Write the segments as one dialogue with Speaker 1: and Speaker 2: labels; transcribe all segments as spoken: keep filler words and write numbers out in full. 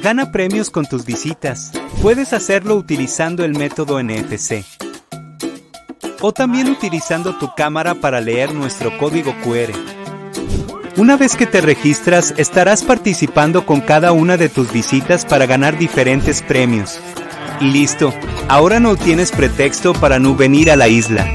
Speaker 1: Gana premios con tus visitas. Puedes hacerlo utilizando el método N F C. O también utilizando tu cámara para leer nuestro código Q R. Una vez que te registras, estarás participando con cada una de tus visitas para ganar diferentes premios. Y listo, ahora no tienes pretexto para no venir a la isla.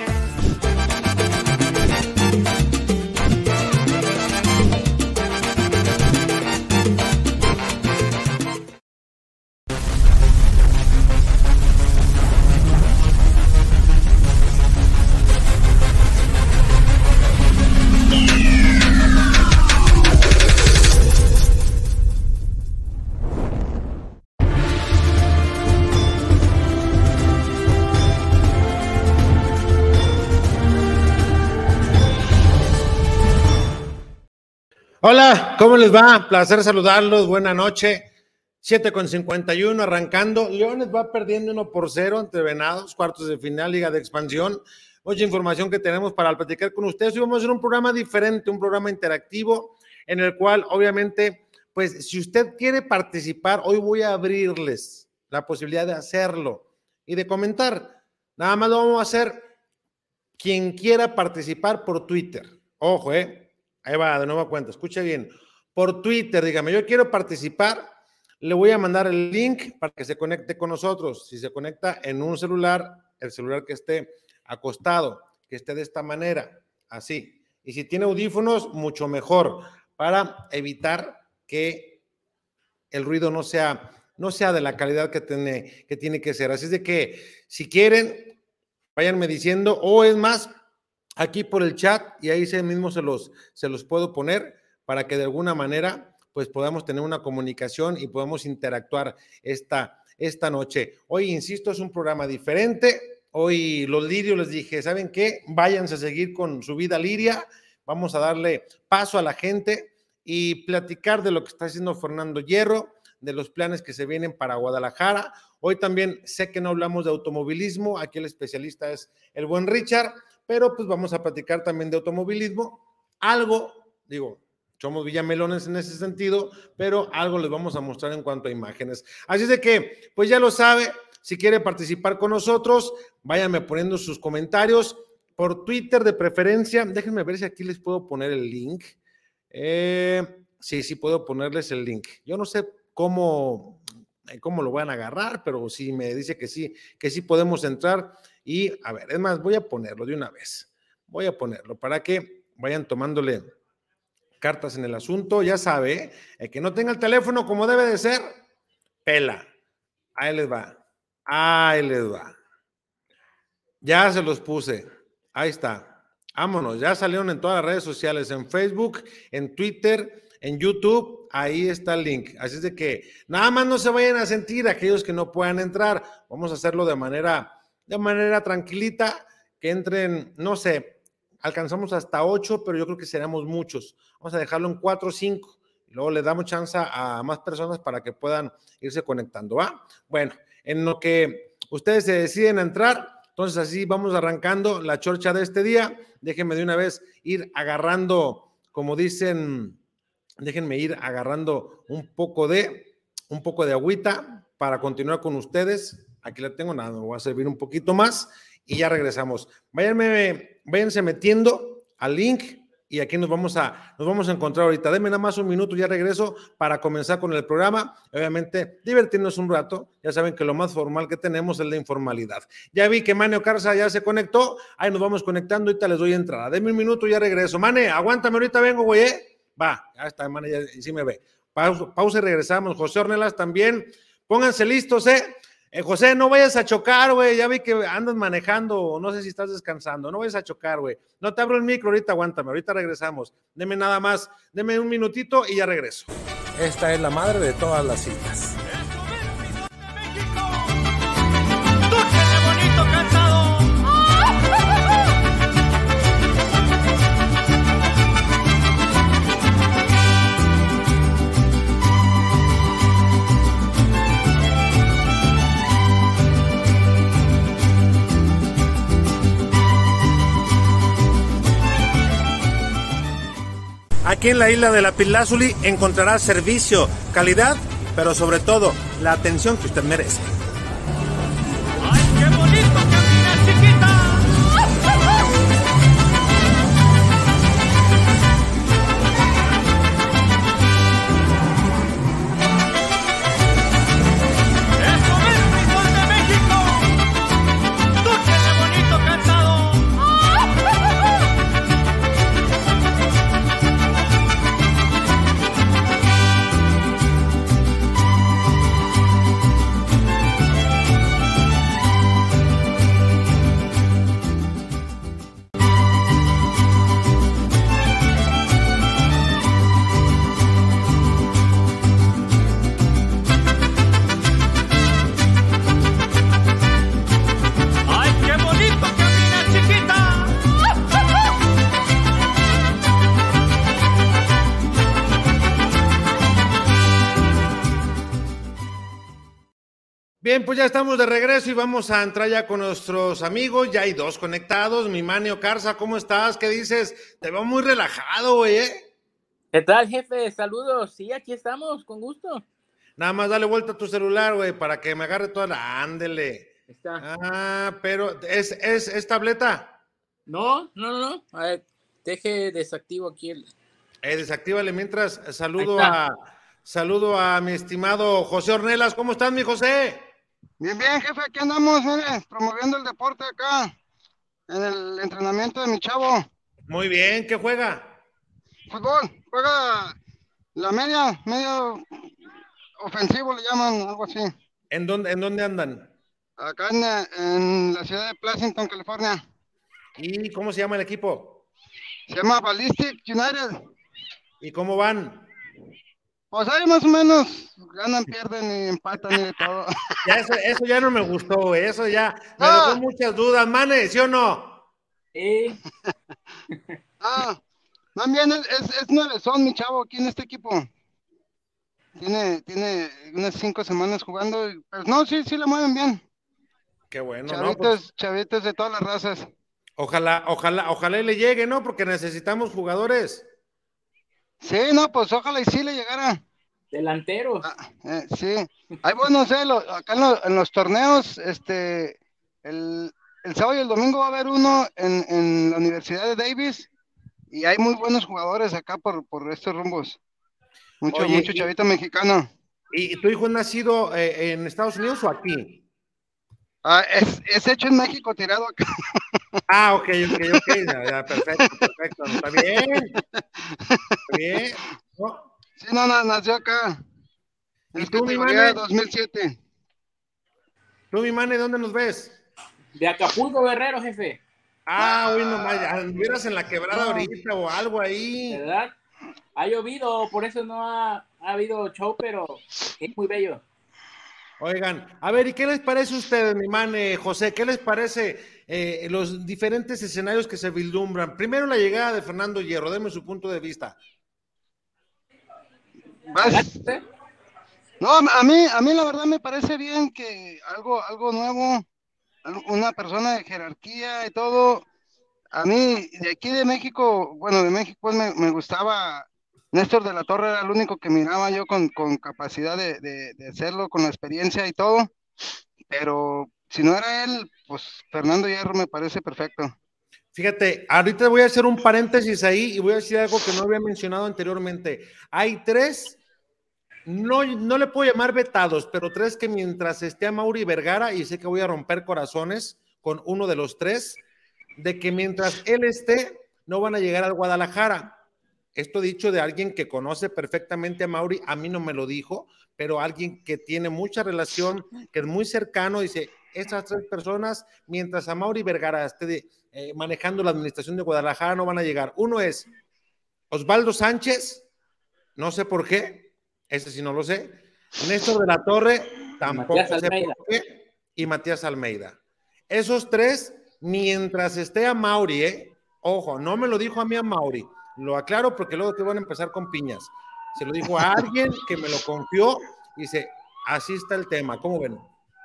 Speaker 2: Hola, ¿cómo les va? Placer saludarlos, buena noche. siete con cincuenta y uno arrancando. Leones va perdiendo uno por cero ante Venados, cuartos de final, Liga de Expansión. Mucha información que tenemos para platicar con ustedes. Hoy vamos a hacer un programa diferente, un programa interactivo, en el cual, obviamente, pues, si usted quiere participar, hoy voy a abrirles la posibilidad de hacerlo y de comentar. Nada más lo vamos a hacer quien quiera participar por Twitter. Ojo, eh. Ahí va, de nueva cuenta, escuche bien. Por Twitter, dígame, yo quiero participar, le voy a mandar el link para que se conecte con nosotros. Si se conecta en un celular, el celular que esté acostado, que esté de esta manera, así. Y si tiene audífonos, mucho mejor, para evitar que el ruido no sea, no sea de la calidad que tiene, que tiene que ser. Así es de que, si quieren, váyanme diciendo, o es más, aquí por el chat, y ahí se mismo se los, se los puedo poner para que de alguna manera pues podamos tener una comunicación y podamos interactuar esta, esta noche. Hoy, insisto, es un programa diferente. Hoy los lirios les dije, ¿saben qué? Váyanse a seguir con su vida liria. Vamos a darle paso a la gente y platicar de lo que está haciendo Fernando Hierro, de los planes que se vienen para Guadalajara. Hoy también sé que no hablamos de automovilismo, aquí el especialista es el buen Richard, pero pues vamos a platicar también de automovilismo, algo, digo, somos villamelones en ese sentido, pero algo les vamos a mostrar en cuanto a imágenes. Así es de que, pues ya lo sabe, si quiere participar con nosotros, váyanme poniendo sus comentarios por Twitter de preferencia. Déjenme ver si aquí les puedo poner el link. Eh, sí, sí puedo ponerles el link. Yo no sé cómo, cómo lo van a agarrar, pero sí me dice que sí, que sí podemos entrar. Y a ver, es más, voy a ponerlo de una vez, voy a ponerlo para que vayan tomándole cartas en el asunto. Ya sabe, el que no tenga el teléfono como debe de ser, pela, ahí les va, ahí les va, ya se los puse, ahí está, vámonos, ya salieron en todas las redes sociales, en Facebook, en Twitter, en YouTube, ahí está el link. Así es de que nada más no se vayan a sentir aquellos que no puedan entrar, vamos a hacerlo de manera... de manera tranquilita, que entren, no sé, alcanzamos hasta ocho, pero yo creo que seremos muchos. Vamos a dejarlo en cuatro o cinco, y luego le damos chance a más personas para que puedan irse conectando, ¿va? Bueno, en lo que ustedes se deciden a entrar, entonces así vamos arrancando la chorcha de este día. Déjenme de una vez ir agarrando, como dicen, déjenme ir agarrando un poco de, un poco de agüita para continuar con ustedes. Aquí la tengo, nada, me voy a servir un poquito más y ya regresamos. Váyanme, váyanse metiendo al link y aquí nos vamos a, nos vamos a encontrar ahorita. Denme nada más un minuto, ya regreso para comenzar con el programa. Obviamente, divertirnos un rato. Ya saben que lo más formal que tenemos es la informalidad. Ya vi que Mane Ocarza ya se conectó. Ahí nos vamos conectando, ahorita les doy entrada. Denme un minuto y ya regreso. Mane, aguántame, ahorita vengo, güey, ¿eh? Va, ya está, Mane, ya sí me ve. Pausa, pausa y regresamos. José Ornelas también. Pónganse listos, ¿eh? Eh, José, no vayas a chocar, güey, ya vi que andas manejando, no sé si estás descansando, no vayas a chocar, güey, no te abro el micro, ahorita aguántame, ahorita regresamos, deme nada más, deme un minutito y ya regreso. Esta es la madre de todas las citas. Aquí en la isla de Lapislázuli encontrarás servicio, calidad pero sobre todo, la atención que usted merece.
Speaker 3: ¡Ay, qué bonito camina, chiquita! ¡Eso es mi Gol de México! ¡Tú tienes bonito cantado! ¡Ay, qué bonito camina, chiquita!
Speaker 2: Bien, pues ya estamos de regreso y vamos a entrar ya con nuestros amigos. Ya hay dos conectados. Mi Manio Carza, ¿cómo estás? ¿Qué dices? Te veo muy relajado, güey, ¿eh?
Speaker 4: ¿Qué tal, jefe? Saludos. Sí, aquí estamos, con gusto.
Speaker 2: Nada más dale vuelta a tu celular, güey, para que me agarre toda la... Ándele.
Speaker 4: Está.
Speaker 2: Ah, pero ¿es, es, es tableta?
Speaker 4: No, no, no, no. A ver, deje desactivo aquí el...
Speaker 2: Eh, desactívale mientras. Saludo
Speaker 4: Ahí está.
Speaker 2: a saludo a mi estimado José Ornelas. ¿Cómo estás, mi José?
Speaker 5: Bien, bien, jefe, aquí andamos, mire, promoviendo el deporte acá, en el entrenamiento de mi chavo.
Speaker 2: Muy bien, ¿qué juega?
Speaker 5: Fútbol, juega la media, medio ofensivo le llaman, algo así.
Speaker 2: ¿En dónde, en dónde andan?
Speaker 5: Acá en, eh, en la ciudad de Pleasanton, California.
Speaker 2: ¿Y cómo se llama el equipo?
Speaker 5: Se llama Ballistic United.
Speaker 2: ¿Y cómo van?
Speaker 5: Pues ahí más o menos, ganan, pierden y empatan y de todo.
Speaker 2: Ya eso, eso ya no me gustó, güey. Eso ya me
Speaker 5: Ah.
Speaker 2: dejó muchas dudas, Mane, ¿sí o no?
Speaker 4: Eh,
Speaker 5: Ah, también es, es, es nuevezón mi chavo aquí en este equipo. Tiene, tiene unas cinco semanas jugando, y, pues no, sí, sí le mueven bien.
Speaker 2: Qué bueno, ¿no?
Speaker 5: Chavitos,
Speaker 2: Pues,
Speaker 5: chavitos de todas las razas.
Speaker 2: ojalá, ojalá, ojalá y le llegue, ¿no? Porque necesitamos jugadores.
Speaker 5: Sí, no, pues ojalá y sí le llegara.
Speaker 4: delanteros.
Speaker 5: Ah, eh, sí, hay buenos, eh, lo- acá en, lo- en los torneos, este, el, el sábado y el domingo va a haber uno en, en la Universidad de Davis y hay muy buenos jugadores acá por, por estos rumbos. Mucho,
Speaker 2: Oye,
Speaker 5: mucho
Speaker 2: y-
Speaker 5: chavito mexicano.
Speaker 2: ¿Y, y tu hijo es nacido eh, en Estados Unidos o aquí?
Speaker 5: Ah, es, es hecho en México, tirado acá.
Speaker 2: Ah, ok, ok, ok. Ya, ya, perfecto, perfecto. Está bien. Está bien. ¿No?
Speaker 5: Sí, no, no, nació acá.
Speaker 2: ¿Y
Speaker 5: Es
Speaker 2: tú, mi
Speaker 5: categoría
Speaker 2: mane?
Speaker 5: dos mil siete.
Speaker 2: Tú, mi Mane, ¿dónde nos ves?
Speaker 4: De Acapulco, Guerrero, jefe.
Speaker 2: Ah, hoy nomás, ya anduvieras en la quebrada
Speaker 4: No.
Speaker 2: ahorita o algo ahí.
Speaker 4: ¿Verdad? Ha llovido, por eso no ha, ha habido show, pero es muy bello.
Speaker 2: Oigan, a ver, ¿y qué les parece a ustedes, mi Mane, José? ¿Qué les parece eh, los diferentes escenarios que se vislumbran? Primero la llegada de Fernando Hierro, denme su punto de vista.
Speaker 5: Vas.
Speaker 4: ¿Eh?
Speaker 5: No, a mí, a mí la verdad me parece bien que algo, algo nuevo, algo- una persona de jerarquía y todo. A mí, de aquí de México, bueno, de México pues me, me gustaba, Néstor de la Torre era el único que miraba yo con, con capacidad de, de, de hacerlo, con la experiencia y todo, pero si no era él, pues Fernando Hierro me parece perfecto.
Speaker 2: Fíjate, ahorita voy a hacer un paréntesis ahí y voy a decir algo que no había mencionado anteriormente. Hay tres, no, no le puedo llamar vetados, pero tres que mientras esté a Mauri Vergara, y sé que voy a romper corazones con uno de los tres, de que mientras él esté, no van a llegar al Guadalajara. Esto dicho de alguien que conoce perfectamente a Mauri, a mí no me lo dijo, pero alguien que tiene mucha relación, que es muy cercano, dice, estas tres personas, mientras a Mauri Vergara esté de, eh, manejando la administración de Guadalajara, no van a llegar. Uno es Osvaldo Sánchez, no sé por qué, ese sí no lo sé. Néstor de la Torre, tampoco
Speaker 4: Matías
Speaker 2: sé
Speaker 4: Almeida.
Speaker 2: por qué. Y Matías Almeida. Esos tres, mientras esté a Mauri, ¿eh? Ojo, no me lo dijo a mí a Mauri, lo aclaro porque luego te van a empezar con piñas. Se lo dijo a alguien que me lo confió y dice, así está el tema, ¿cómo ven?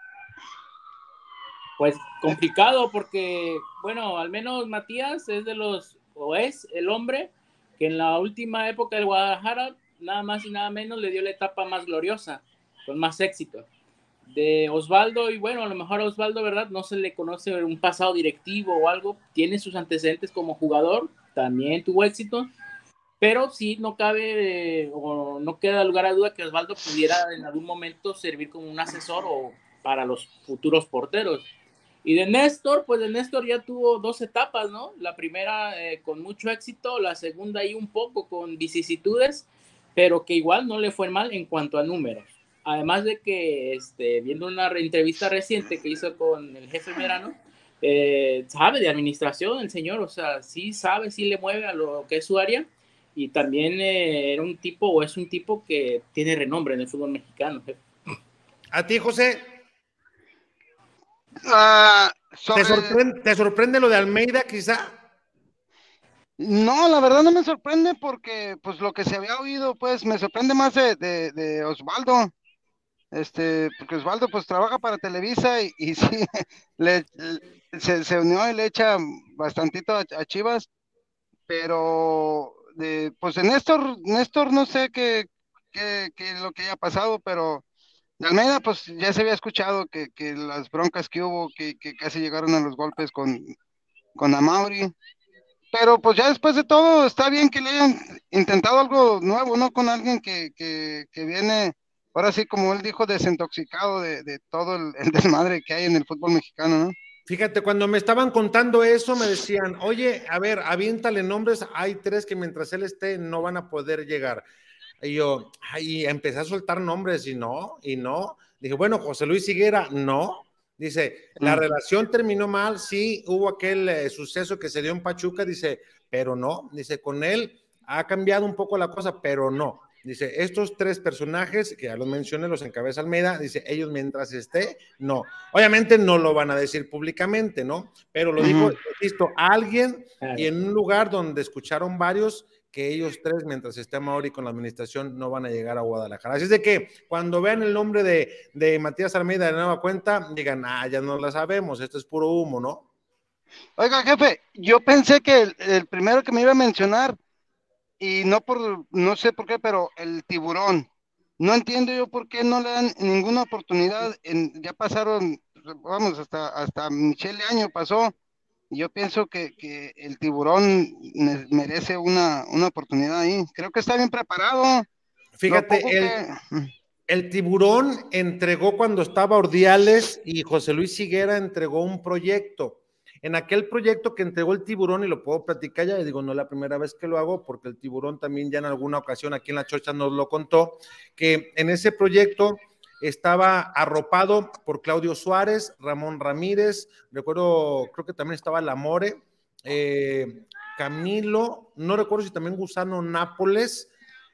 Speaker 4: Pues complicado porque, bueno, al menos Matías es de los, o es el hombre que en la última época del Guadalajara, nada más y nada menos le dio la etapa más gloriosa. con más éxito. De Osvaldo, y bueno, a lo mejor a Osvaldo, ¿verdad? No se le conoce un pasado directivo o algo, tiene sus antecedentes como jugador, también tuvo éxito, pero sí no cabe eh, o no queda lugar a duda que Osvaldo pudiera en algún momento servir como un asesor o para los futuros porteros. Y de Néstor, pues de Néstor ya tuvo dos etapas, ¿no? La primera eh, con mucho éxito, la segunda ahí un poco con vicisitudes, pero que igual no le fue mal en cuanto a números. Además de que, este, viendo una entrevista reciente que hizo con el jefe Verano, eh, sabe de administración el señor, o sea, sí sabe, sí le mueve a lo que es su área, y también eh, era un tipo, o es un tipo que tiene renombre en el fútbol mexicano. Jefe.
Speaker 2: ¿A ti, José?
Speaker 5: Uh, sobre...
Speaker 2: ¿Te, sorprende, ¿Te sorprende lo de Almeida, quizá?
Speaker 5: No, la verdad no me sorprende porque, pues, lo que se había oído, pues, me sorprende más de, de, de Osvaldo. Este, porque Osvaldo pues trabaja para Televisa y, y sí, le, se, se unió y le echa bastantito a, a Chivas, pero de, pues de Néstor, Néstor no sé qué, qué, qué es lo que haya pasado, pero de Almeida pues ya se había escuchado que, que las broncas que hubo, que, que casi llegaron a los golpes con, con Amauri, pero pues ya después de todo está bien que le hayan intentado algo nuevo, ¿no? Con alguien que, que, que viene... Ahora sí, como él dijo, desintoxicado de, de todo el, el desmadre que hay en el fútbol mexicano, ¿no?
Speaker 2: Fíjate, cuando me estaban contando eso, me decían, oye, a ver, aviéntale nombres, hay tres que mientras él esté no van a poder llegar. Y yo, y empecé a soltar nombres y no, y no. Dije, bueno, José Luis Higuera, no. Dice, la mm. relación terminó mal, sí, hubo aquel eh, suceso que se dio en Pachuca, dice, pero no. Dice, con él ha cambiado un poco la cosa, pero no. Dice, estos tres personajes, que ya los mencioné, los encabeza Almeida, dice, ellos mientras esté, no. Obviamente no lo van a decir públicamente, ¿no? Pero lo uh-huh. dijo, insisto, alguien y en un lugar donde escucharon varios que ellos tres, mientras esté Amauri con la administración, no van a llegar a Guadalajara. Así es de que cuando vean el nombre de, de Matías Almeida de nueva cuenta, digan, ah, ya no la sabemos, esto es puro humo, ¿no?
Speaker 5: Oiga, jefe, yo pensé que el, el primero que me iba a mencionar, y no por, no sé por qué, pero el Tiburón, no entiendo yo por qué no le dan ninguna oportunidad, en, ya pasaron, vamos, hasta, hasta Michelle Año pasó, y yo pienso que, que el Tiburón merece una, una oportunidad ahí, creo que está bien preparado.
Speaker 2: Fíjate, el, que... el Tiburón entregó cuando estaba Ordiales y José Luis Higuera entregó un proyecto. En aquel proyecto que entregó el Tiburón, y lo puedo platicar ya, y digo, no es la primera vez que lo hago, porque el Tiburón también ya en alguna ocasión aquí en La Chocha nos lo contó, que en ese proyecto estaba arropado por Claudio Suárez, Ramón Ramírez, recuerdo, creo que también estaba Lamore, eh, Camilo, no recuerdo si también Gusano Nápoles,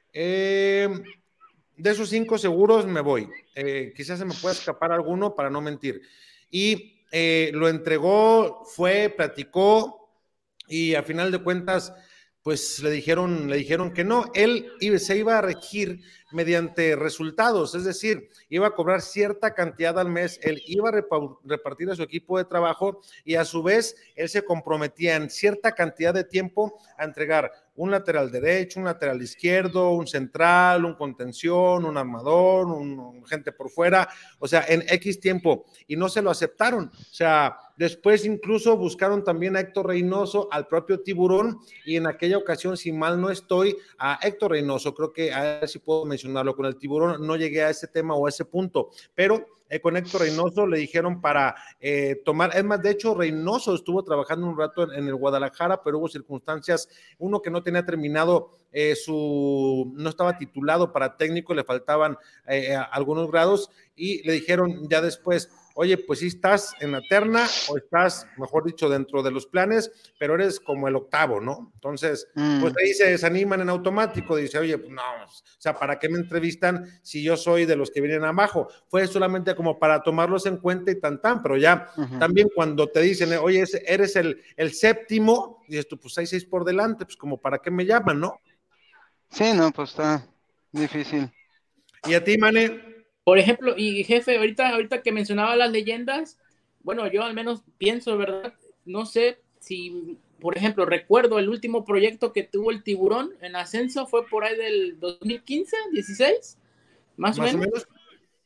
Speaker 2: eh, de esos cinco seguros me voy, eh, quizás se me pueda escapar alguno para no mentir, y Eh, lo entregó, fue, platicó y a final de cuentas pues le dijeron, le dijeron que no, él se iba a regir mediante resultados, es decir, iba a cobrar cierta cantidad al mes, él iba a repartir a su equipo de trabajo y a su vez él se comprometía en cierta cantidad de tiempo a entregar un lateral derecho, un lateral izquierdo, un central, un contención, un armador, un, un gente por fuera, o sea, en X tiempo, y no se lo aceptaron, o sea, después incluso buscaron también a Héctor Reynoso, al propio Tiburón, y en aquella ocasión, si mal no estoy, a Héctor Reynoso, creo que a ver si puedo mencionarlo, con el Tiburón no llegué a ese tema o a ese punto, pero eh, con Héctor Reynoso le dijeron para eh, tomar, es más, de hecho Reynoso estuvo trabajando un rato en, en el Guadalajara, pero hubo circunstancias, uno que no tenía terminado eh, su, no estaba titulado para técnico, le faltaban eh, algunos grados, y le dijeron ya después, oye, pues sí estás en la terna, o estás, mejor dicho, dentro de los planes, pero eres como el octavo, ¿no? Entonces, mm. pues ahí se desaniman en automático, dice, oye, pues no, o sea, ¿para qué me entrevistan si yo soy de los que vienen abajo? Fue solamente como para tomarlos en cuenta y tan tan, pero ya uh-huh. también cuando te dicen, oye, eres el, el séptimo, dices tú, pues hay seis por delante, pues como para qué me llaman, ¿no?
Speaker 5: Sí, no, pues está difícil.
Speaker 2: ¿Y a ti, Mane?
Speaker 4: Por ejemplo, y jefe, ahorita, ahorita que mencionaba las leyendas, bueno, yo al menos pienso, ¿verdad? No sé si, por ejemplo, recuerdo el último proyecto que tuvo el Tiburón en ascenso, fue por ahí del dos mil quince, dieciséis, más, más o menos. O menos.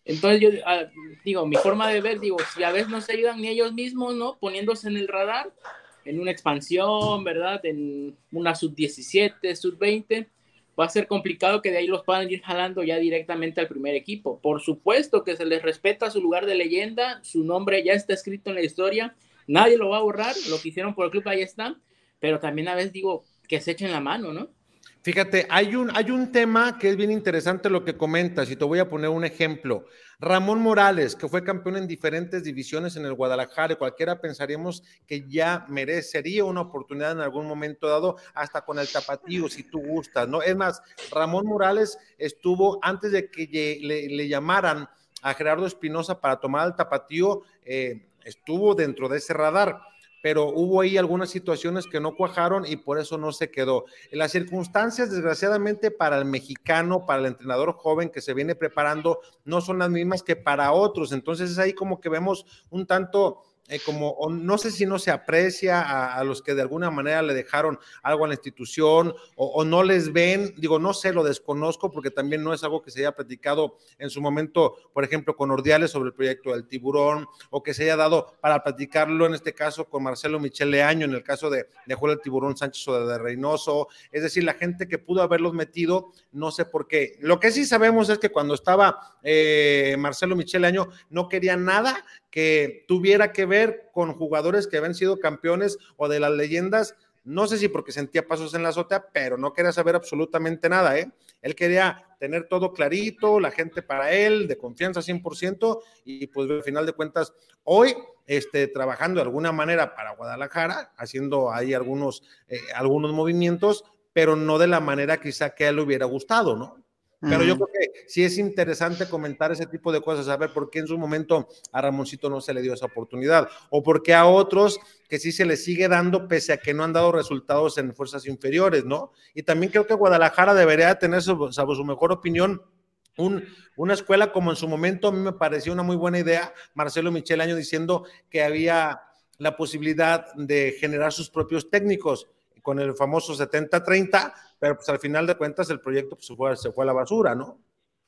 Speaker 4: Entonces yo ah, digo, mi forma de ver, digo, si a veces no se ayudan ni ellos mismos, ¿no? Poniéndose en el radar, en una expansión, ¿verdad? En una sub diecisiete, sub veinte, va a ser complicado que de ahí los puedan ir jalando ya directamente al primer equipo. Por supuesto que se les respeta su lugar de leyenda, su nombre ya está escrito en la historia, nadie lo va a borrar, lo que hicieron por el club ahí está, pero también a veces digo que se echen la mano, ¿no?
Speaker 2: Fíjate, hay un, hay un tema que es bien interesante lo que comentas y te voy a poner un ejemplo. Ramón Morales, que fue campeón en diferentes divisiones en el Guadalajara, y cualquiera pensaríamos que ya merecería una oportunidad en algún momento dado, hasta con el tapatío, si tú gustas, ¿no? Es más, Ramón Morales estuvo, antes de que le, le llamaran a Gerardo Espinosa para tomar el tapatío, eh, estuvo dentro de ese radar, pero hubo ahí algunas situaciones que no cuajaron y por eso no se quedó. Las circunstancias, desgraciadamente, para el mexicano, para el entrenador joven que se viene preparando, no son las mismas que para otros. Entonces es ahí como que vemos un tanto... Eh, como, no sé si no se aprecia a, a los que de alguna manera le dejaron algo a la institución o, o no les ven, digo, no sé, lo desconozco porque también no es algo que se haya platicado en su momento, por ejemplo, con Ordiales sobre el proyecto del Tiburón, o que se haya dado para platicarlo en este caso con Marcelo Michele Año, en el caso de, de Juan el Tiburón Sánchez o de Reynoso, es decir, la gente que pudo haberlos metido, no sé por qué. Lo que sí sabemos es que cuando estaba eh, Marcelo Michele Año, no quería nada que tuviera que ver con jugadores que habían sido campeones o de las leyendas, no sé si porque sentía pasos en la azotea, pero no quería saber absolutamente nada, ¿eh? Él quería tener todo clarito, la gente para él, de confianza cien por ciento, y pues al final de cuentas, hoy, este, trabajando de alguna manera para Guadalajara, haciendo ahí algunos, eh, algunos movimientos, pero no de la manera quizá que a él le hubiera gustado, ¿no? Pero yo creo que sí es interesante comentar ese tipo de cosas, saber por qué en su momento a Ramoncito no se le dio esa oportunidad, o por qué a otros que sí se les sigue dando, pese a que no han dado resultados en fuerzas inferiores, ¿no? Y también creo que Guadalajara debería tener, salvo su mejor opinión, un, una escuela como en su momento a mí me pareció una muy buena idea, Marcelo Michele Año diciendo que había la posibilidad de generar sus propios técnicos, con el famoso setenta treinta, pero pues al final de cuentas el proyecto pues, se, fue, se fue a la basura, ¿no?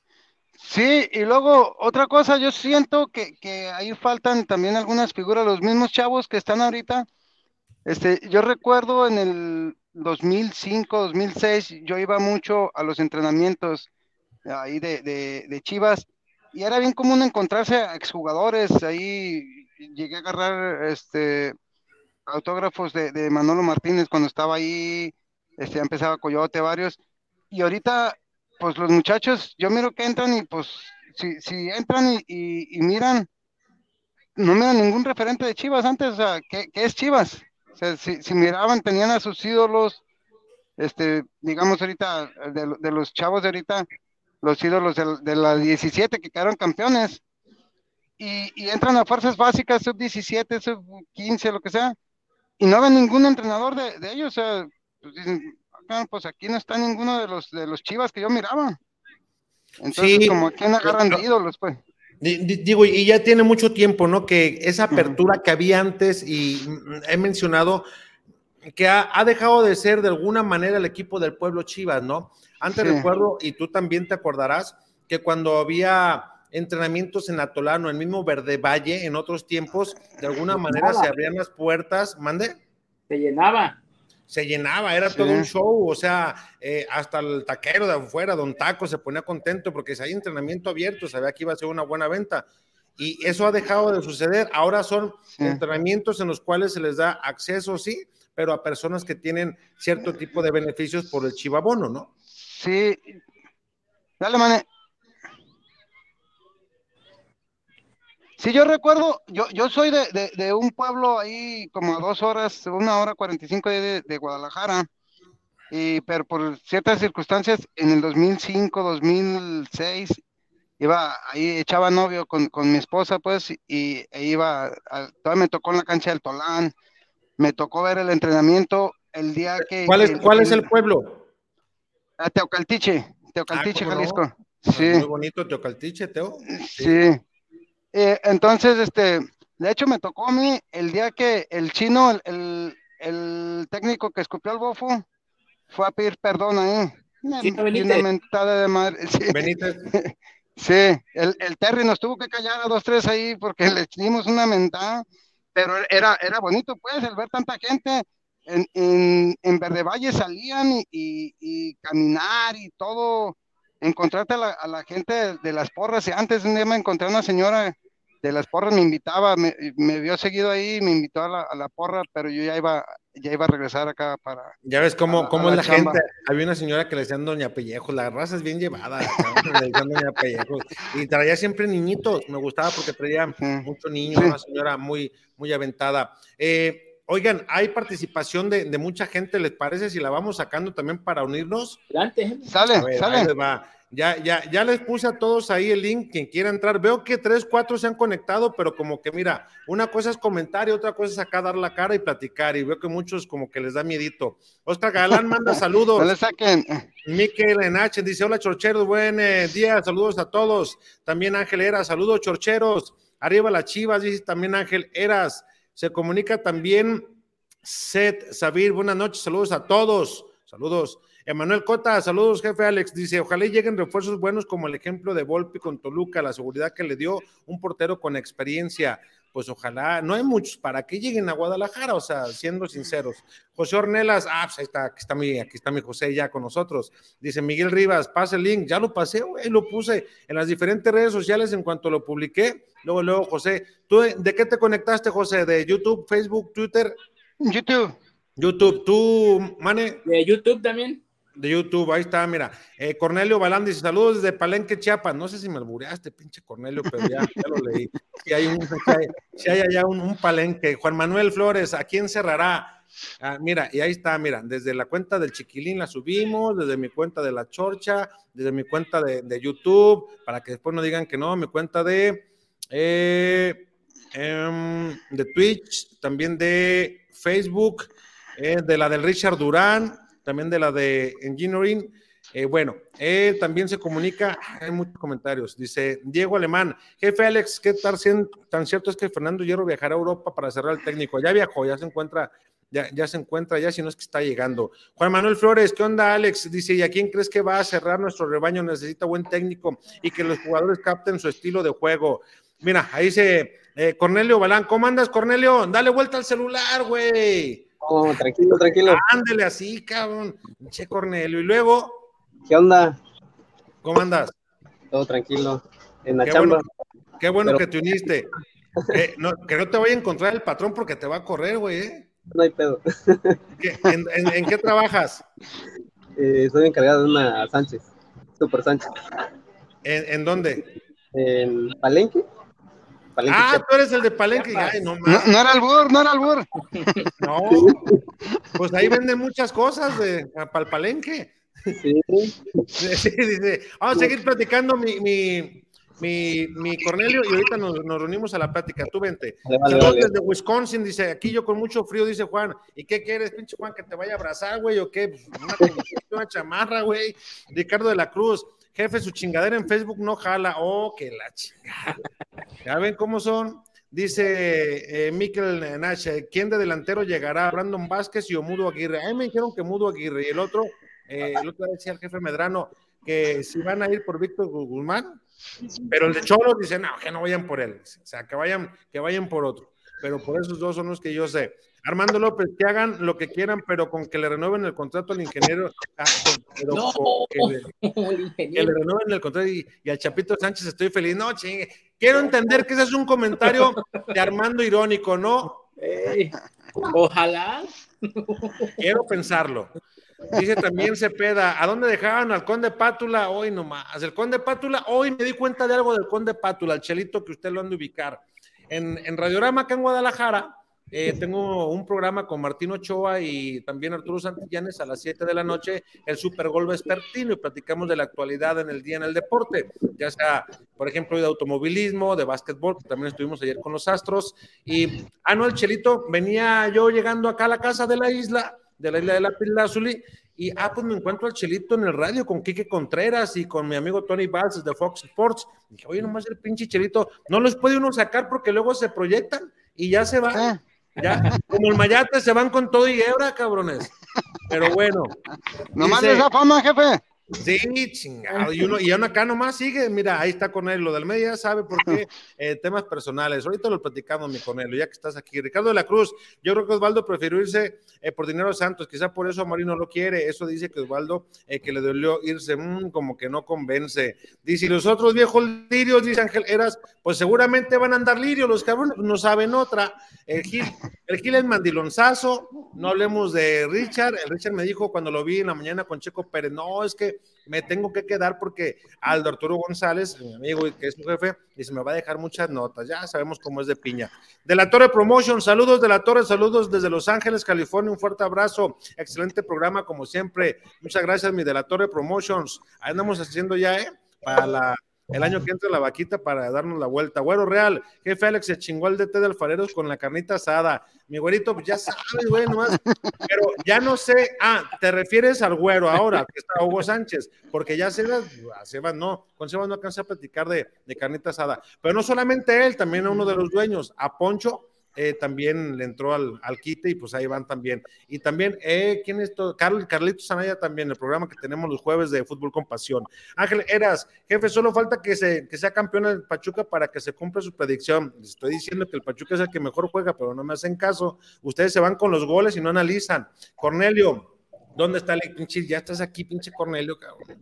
Speaker 5: Sí, y luego otra cosa, yo siento que, que ahí faltan también algunas figuras, los mismos chavos que están ahorita. Este, yo recuerdo en el dos mil cinco, dos mil seis, yo iba mucho a los entrenamientos ahí de, de, de Chivas, y era bien común encontrarse a exjugadores, ahí llegué a agarrar este autógrafos de, de Manolo Martínez cuando estaba ahí, este, ya empezaba Coyote, varios, y ahorita, pues los muchachos, yo miro que entran y pues, si, si entran y, y, y miran, no miran ningún referente de Chivas antes, o sea, ¿qué, qué es Chivas? O sea, si, si miraban, tenían a sus ídolos, este, digamos ahorita, de, de los chavos de ahorita, los ídolos de, de las diecisiete que quedaron campeones, y, y entran a fuerzas básicas, sub diecisiete, sub quince, lo que sea, y no ven ningún entrenador de, de ellos, o sea, pues dicen, "Ah, pues aquí no está ninguno de los de los Chivas que yo miraba". Entonces,
Speaker 2: Sí,
Speaker 5: como a quién agarran de ídolos, pues.
Speaker 2: Digo, y ya tiene mucho tiempo, ¿no? Que esa apertura uh-huh. que había antes, y he mencionado que ha, ha dejado de ser de alguna manera el equipo del pueblo Chivas, ¿no? Antes sí. Recuerdo, y tú también te acordarás, que cuando había entrenamientos en Atolano, en el mismo Verde Valle, en otros tiempos, de alguna manera se abrían las puertas, ¿mande?
Speaker 4: Se llenaba.
Speaker 2: Se llenaba, era sí. todo un show, o sea, eh, hasta el taquero de afuera, Don Taco, se ponía contento porque si hay entrenamiento abierto, sabía que iba a ser una buena venta, y eso ha dejado de suceder. Ahora son sí. entrenamientos en los cuales se les da acceso, sí, pero a personas que tienen cierto tipo de beneficios por el chivabono, ¿no?
Speaker 5: Sí, dale, mané. Sí, yo recuerdo, yo, yo soy de, de, de un pueblo ahí como a dos horas, una hora cuarenta y cinco de, de Guadalajara, y, pero por ciertas circunstancias, en el dos mil cinco, dos mil seis, iba ahí, echaba novio con, con mi esposa, pues, y e iba, a, todavía me tocó en la cancha del Tolán, me tocó ver el entrenamiento el día que...
Speaker 2: ¿Cuál es,
Speaker 5: que,
Speaker 2: ¿cuál
Speaker 5: que,
Speaker 2: es el pueblo?
Speaker 5: A Teocaltiche, Teocaltiche, ah, Jalisco.
Speaker 2: No?
Speaker 5: Sí.
Speaker 2: Muy bonito Teocaltiche, Teo.
Speaker 5: Sí. sí. Eh, entonces, este, de hecho me tocó a mí el día que el chino, el, el, el técnico que escupió al bofo, fue a pedir perdón ahí.
Speaker 4: Sí,
Speaker 5: una mentada de madre. Sí.
Speaker 2: Benítez.
Speaker 5: Sí, el, el Terry nos tuvo que callar a dos, tres ahí porque le dimos una mentada, pero era, era bonito pues el ver tanta gente en, en, en Verde Valle salían y, y, y caminar y todo, encontrarte a la, a la gente de, de las porras. Y antes un día me encontré a una señora de las porras, me invitaba, me, me vio seguido ahí, me invitó a la, a la porra, pero yo ya iba, ya iba a regresar acá para...
Speaker 2: Ya ves cómo,
Speaker 5: la,
Speaker 2: cómo es la
Speaker 5: chamba.
Speaker 2: gente. Había una señora que le decían Doña Pellejos, la raza es bien llevada, le decían Doña Pellejos, y traía siempre niñitos, me gustaba porque traía
Speaker 5: Sí.
Speaker 2: mucho niño,
Speaker 5: Sí.
Speaker 2: una señora muy, muy aventada. Eh, oigan, hay participación de, de mucha gente, ¿les parece si la vamos sacando también para unirnos?
Speaker 4: Adelante.
Speaker 5: Sale,
Speaker 2: A ver,
Speaker 5: sale.
Speaker 2: ahí les va. Ya, ya, ya les puse a todos ahí el link, quien quiera entrar. Veo que tres, cuatro se han conectado, pero como que mira, una cosa es comentar y otra cosa es acá dar la cara y platicar. Y veo que muchos como que les da miedito. Oscar Galán manda saludos.
Speaker 5: No le saquen.
Speaker 2: Miquel Enache dice: hola, chorcheros, buen eh, día, saludos a todos. También Ángel Eras, saludos, chorcheros. Arriba las Chivas, dice también Ángel Eras. Se comunica también Seth Sabir, buenas noches, saludos a todos. Saludos. Emanuel Cota, saludos, jefe Alex, dice, ojalá lleguen refuerzos buenos como el ejemplo de Volpi con Toluca, la seguridad que le dio un portero con experiencia, pues ojalá, no hay muchos para que lleguen a Guadalajara, o sea, siendo sinceros. José Ornelas, ah, pues ahí está, aquí está mi, aquí está mi José ya con nosotros, dice Miguel Rivas, pasa el link, ya lo pasé, güey, lo puse en las diferentes redes sociales en cuanto lo publiqué, luego, luego, José, ¿tú de qué te conectaste, José? ¿De YouTube, Facebook, Twitter?
Speaker 5: YouTube.
Speaker 2: YouTube, ¿tú, Mane?
Speaker 4: De YouTube también.
Speaker 2: De YouTube, ahí está, mira. Eh, Cornelio Balán dice, saludos desde Palenque, Chiapas. No sé si me albureaste, pinche Cornelio, pero ya, ya lo leí. Si hay, un, si hay, si hay allá un, un Palenque. Juan Manuel Flores, ¿a quién cerrará? Ah, mira, y ahí está, mira, desde la cuenta del Chiquilín la subimos, desde mi cuenta de La Chorcha, desde mi cuenta de, de YouTube, para que después no digan que no, mi cuenta de, eh, eh, de Twitch, también de Facebook, eh, de la del Richard Durán, también de la de Engineering. Eh, bueno, eh, también se comunica, hay muchos comentarios, dice Diego Alemán, jefe Alex, ¿qué tal tan cierto es que Fernando Hierro viajará a Europa para cerrar el técnico? Ya viajó, ya se encuentra, ya, ya se encuentra, ya si no es que está llegando. Juan Manuel Flores, ¿qué onda, Alex? Dice, ¿y a quién crees que va a cerrar nuestro rebaño? Necesita buen técnico y que los jugadores capten su estilo de juego. Mira, ahí dice eh, Cornelio Balán, ¿cómo andas, Cornelio? Dale vuelta al celular, güey.
Speaker 6: Oh, tranquilo, tranquilo.
Speaker 2: Ándele así, cabrón. Che, Cornelio. Y luego,
Speaker 6: ¿qué onda?
Speaker 2: ¿cómo andas?
Speaker 6: Todo tranquilo. En la
Speaker 2: Qué
Speaker 6: chamba.
Speaker 2: bueno, qué bueno
Speaker 6: Pero...
Speaker 2: que te uniste. Eh, no, que no te vaya a encontrar el patrón porque te va a correr, güey. ¿eh?
Speaker 6: No hay pedo.
Speaker 2: ¿Qué, en, en, ¿En qué trabajas?
Speaker 6: Eh, soy encargado de una Sánchez. Super Sánchez.
Speaker 2: ¿En, en dónde?
Speaker 6: En Palenque. Palenque
Speaker 2: ah,
Speaker 6: Chiapas.
Speaker 2: tú eres el de Palenque. Ay, no,
Speaker 5: No, no era albur, no era albur.
Speaker 2: no, pues ahí venden muchas cosas de, para el Palenque.
Speaker 6: Sí.
Speaker 2: Sí, dice, vamos a seguir platicando mi, mi, mi, mi Cornelio y ahorita nos, nos reunimos a la plática. Tú vente.
Speaker 6: Vale, vale,
Speaker 2: Saludos
Speaker 6: vale.
Speaker 2: desde Wisconsin, dice, aquí yo con mucho frío, dice Juan. ¿Y qué quieres, pinche Juan, que te vaya a abrazar, güey? ¿O qué? Pues una, una chamarra, güey. Ricardo de la Cruz, jefe, su chingadera en Facebook no jala. Oh, que la chingada. ¿Ya ven cómo son? Dice eh, Miquel Nash, ¿quién de delantero llegará? ¿Brandon Vázquez y o Mudo Aguirre? A mí me dijeron que Mudo Aguirre. Y el otro, eh, el otro decía el jefe Medrano, que si van a ir por Víctor Guzmán, pero el de Cholos dice, no, que no vayan por él. O sea, que vayan, que vayan por otro. Pero por esos dos son los que yo sé. Armando López, que hagan lo que quieran, pero con que le renueven el contrato al ingeniero. Ah, pero
Speaker 4: No,
Speaker 2: con que, le,
Speaker 4: el
Speaker 2: que
Speaker 4: ingeniero.
Speaker 2: le renueven el contrato y, y al Chapito Sánchez estoy feliz. No, chingue. Quiero entender que ese es un comentario de Armando irónico, ¿no?
Speaker 4: Ey, ojalá.
Speaker 2: Quiero pensarlo. Dice también Cepeda, ¿a dónde dejaban al Conde Pátula? Hoy nomás. El Conde Pátula, hoy me di cuenta de algo del Conde Pátula, el chelito que usted lo han de ubicar. En, en Radiorama, acá en Guadalajara, eh, tengo un programa con Martín Ochoa y también Arturo Santillanes a las siete de la noche, el Super Gol Vespertino, y platicamos de la actualidad en el día en el deporte, ya sea, por ejemplo, de automovilismo, de básquetbol, que también estuvimos ayer con los Astros, y, ah, no, el chelito, venía yo llegando acá a la casa de la isla, de la isla de la Pilazuli, y ah, pues me encuentro al chelito en el radio con Quique Contreras y con mi amigo Tony Valls de Fox Sports. Y dije, oye, nomás el pinche chelito, no los puede uno sacar porque luego se proyectan y ya se va.
Speaker 5: Ah.
Speaker 2: Ya, como el Mayate se van con todo y hebra, cabrones. Pero bueno.
Speaker 5: Nomás
Speaker 2: dice,
Speaker 5: esa fama, jefe.
Speaker 2: Sí, chingado, y uno, y uno acá nomás sigue, mira, ahí está Cornelio, lo del medio ya sabe por qué, eh, temas personales, ahorita lo platicamos, mi Cornelio, ya que estás aquí. Ricardo de la Cruz, yo creo que Osvaldo prefirió irse eh, por dinero a Santos, quizá por eso Amaury no lo quiere, eso dice que Osvaldo, eh, que le dolió irse, mmm, como que no convence. Dice, y los otros viejos lirios, dice Ángel Eras, pues seguramente van a andar lirios, los cabrones no saben otra. El Gil, el Gil es mandilonzazo, no hablemos de Richard, el Richard me dijo cuando lo vi en la mañana con Checo Pérez, no, es que me tengo que quedar porque Aldo Arturo González, mi amigo que es su jefe, dice, me va a dejar muchas notas, ya sabemos cómo es de piña. De la Torre Promotion, saludos de la Torre, saludos desde Los Ángeles, California, un fuerte abrazo, excelente programa como siempre, muchas gracias mi de la Torre Promotions, ahí andamos haciendo ya, eh, para la el año que entra la vaquita para darnos la vuelta. Güero Real, jefe Alex se chingó el D T de Alfareros con la carnita asada. Mi güerito, pues ya sabes, güey, nomás. Pero ya no sé, ah, te refieres al güero ahora, que está Hugo Sánchez, porque ya Sebas, Sebas no, con Sebas no alcanza a platicar de, de carnita asada. Pero no solamente él, también a uno de los dueños, a Poncho, Eh, también le entró al, al quite y pues ahí van también. Y también, eh, ¿quién es todo? Carl, Carlitos Anaya también, el programa que tenemos los jueves de Fútbol con Pasión. Ángel Eras, jefe, solo falta que, se, que sea campeón el Pachuca para que se cumpla su predicción. Les estoy diciendo que el Pachuca es el que mejor juega, pero no me hacen caso. Ustedes se van con los goles y no analizan. Cornelio, ¿dónde está el pinche? Ya estás aquí, pinche Cornelio, cabrón.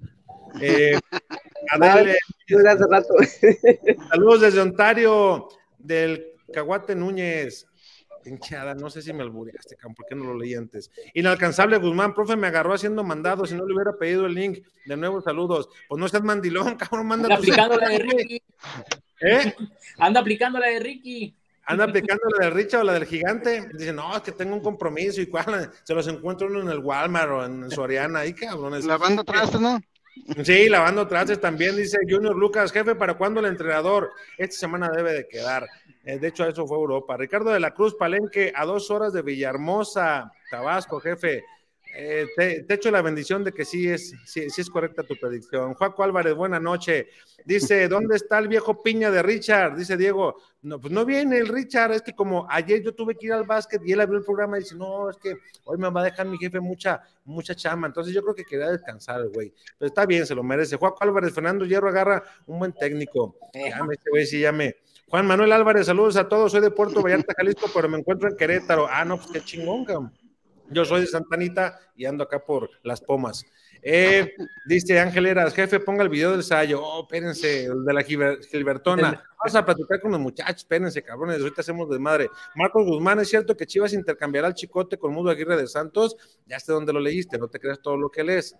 Speaker 2: Eh, Adele,
Speaker 6: hace rato.
Speaker 2: saludos desde Ontario, del Caguate Núñez, hinchada, no sé si me albureaste, ¿por qué no lo leí antes? Inalcanzable Guzmán, profe, me agarró haciendo mandados, si no le hubiera pedido el link, de nuevo saludos, pues no seas mandilón, cabrón, manda.
Speaker 4: Anda aplicando la de Ricky.
Speaker 2: ¿Eh?
Speaker 4: Anda aplicando la de Ricky.
Speaker 2: Anda aplicando la del Richard o la del Gigante, dice, no, es que tengo un compromiso, y cuál, se los encuentro uno en el Walmart o en Soriana, ahí cabrones.
Speaker 5: Lavando trastes, ¿no?
Speaker 2: Sí, lavando trastes también, dice Junior Lucas, jefe, ¿para cuándo el entrenador? Esta semana debe de quedar. De hecho, eso fue Europa. Ricardo de la Cruz, Palenque, a dos horas de Villahermosa, Tabasco, jefe. Eh, te, te echo la bendición de que sí es, sí, sí es correcta tu predicción. Juaco Álvarez, buena noche. Dice, ¿dónde está el viejo piña de Richard? Dice Diego, no, pues no viene el Richard, es que como ayer yo tuve que ir al básquet y él abrió el programa y dice, no, es que hoy me va a dejar mi jefe mucha, mucha chamba, entonces yo creo que quería descansar el güey. Pero está bien, se lo merece. Juaco Álvarez, Fernando Hierro agarra un buen técnico. Llame, este güey sí llame. Juan Manuel Álvarez, saludos a todos, soy de Puerto Vallarta, Jalisco, pero me encuentro en Querétaro. Ah, no, pues qué chingón, cabrón. Yo soy de Santa Anita y ando acá por Las Pomas. Eh, dice Ángel Eras, jefe, ponga el video del ensayo. Oh, espérense, el de la Gilbertona. Vamos a platicar con los muchachos, espérense, cabrones, ahorita hacemos desmadre. Marcos Guzmán, ¿es cierto que Chivas intercambiará al Chicote con Mudo Aguirre de Santos? Ya sé dónde lo leíste, no te creas todo lo que lees.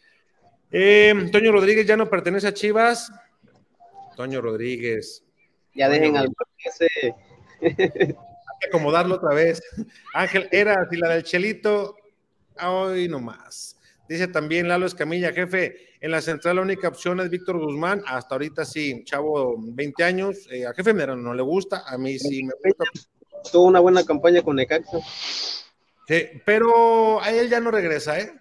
Speaker 2: Eh, Toño Rodríguez ya no pertenece a Chivas. Toño Rodríguez.
Speaker 6: Ya dejen al ese.
Speaker 2: Hay que acomodarlo otra vez. Ángel Eras y la del Chelito, hoy nomás. Dice también Lalo Escamilla, jefe, en la central la única opción es Víctor Guzmán, hasta ahorita sí, chavo, veinte años, eh, a jefe Mera no le gusta, a mí sí me gusta.
Speaker 6: Tuvo una buena campaña con Necaxa.
Speaker 2: Sí, pero a él ya no regresa, ¿eh?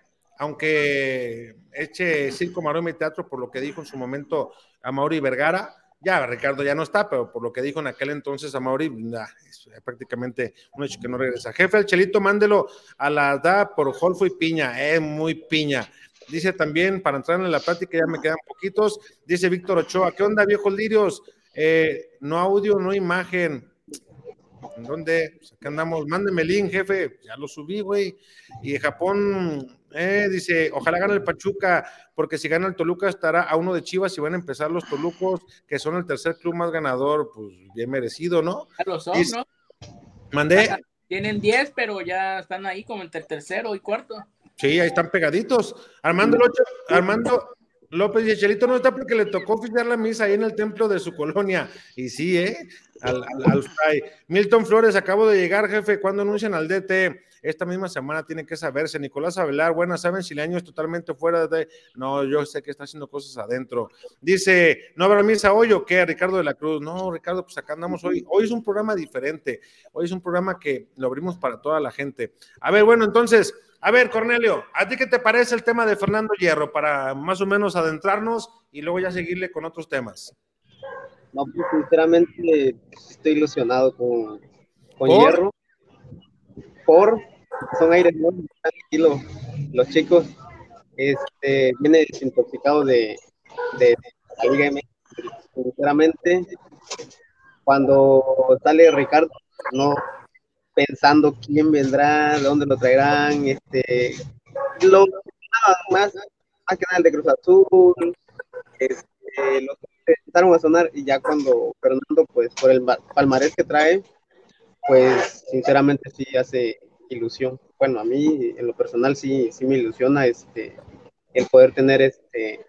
Speaker 2: Aunque eche circo, maroma y teatro por lo que dijo en su momento a Mauri Vergara. Ya, Ricardo ya no está, pero por lo que dijo en aquel entonces a Mauri, nah, es prácticamente un hecho que no regresa. Jefe, el Chelito, mándelo a la D A por Holfo y Piña, es eh, muy piña. Dice también, para entrar en la plática, ya me quedan poquitos, dice Víctor Ochoa, ¿qué onda, viejos lirios? Eh, no audio, no imagen. ¿En dónde? Pues acá andamos, mándeme el link, jefe, ya lo subí, güey. Y Japón, eh, dice, ojalá gane el Pachuca, porque si gana el Toluca estará a uno de Chivas y van a empezar los Tolucos, que son el tercer club más ganador, pues bien merecido, ¿no?
Speaker 4: Lo son,
Speaker 2: dice,
Speaker 4: ¿no?
Speaker 2: Mandé.
Speaker 4: Tienen diez, pero ya están ahí como entre el tercero y cuarto.
Speaker 2: Sí, ahí están pegaditos. Armando, Loche, Armando López y el Chelito no está porque le tocó oficiar la misa ahí en el templo de su colonia. Y sí, ¿eh? Al, al, al fray. Milton Flores, acabo de llegar, jefe. ¿Cuándo anuncian al D T? Esta misma semana tiene que saberse. Nicolás Avelar, buenas, ¿saben si el año es totalmente fuera de...? No, yo sé que está haciendo cosas adentro. Dice, ¿no habrá misa hoy o qué? Ricardo de la Cruz. No, Ricardo, pues acá andamos hoy. Hoy es un programa diferente. Hoy es un programa que lo abrimos para toda la gente. A ver, bueno, entonces... A ver, Cornelio, ¿a ti qué te parece el tema de Fernando Hierro para más o menos adentrarnos y luego ya seguirle con otros temas?
Speaker 6: No, pues sinceramente estoy ilusionado con, con
Speaker 2: ¿Por?
Speaker 6: Hierro. Por, son aires muy tranquilos los chicos. este, viene desintoxicado de, de la Liga M X. Sinceramente, cuando sale Ricardo, no pensando quién vendrá, de dónde lo traerán, este, lo nada más, más que nada el de Cruz Azul, este, los que empezaron a sonar, y ya cuando Fernando, pues por el palmarés que trae, pues sinceramente sí hace ilusión. Bueno, a mí en lo personal sí, sí me ilusiona este, el poder tener este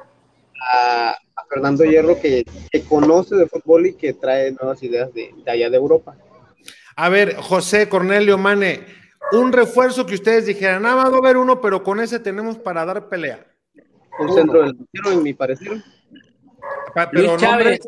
Speaker 6: a, a Fernando Hierro que, que conoce de fútbol y que trae nuevas ideas de, de allá de Europa.
Speaker 2: A ver, José, Cornelio, Mane, un refuerzo que ustedes dijeran, nada más va a haber uno, pero con ese tenemos para dar pelea.
Speaker 6: Un
Speaker 2: Uno.
Speaker 6: centro delantero, en mi parecer.
Speaker 2: Pa-
Speaker 4: Luis
Speaker 2: Pero
Speaker 4: Chávez.
Speaker 2: nombre,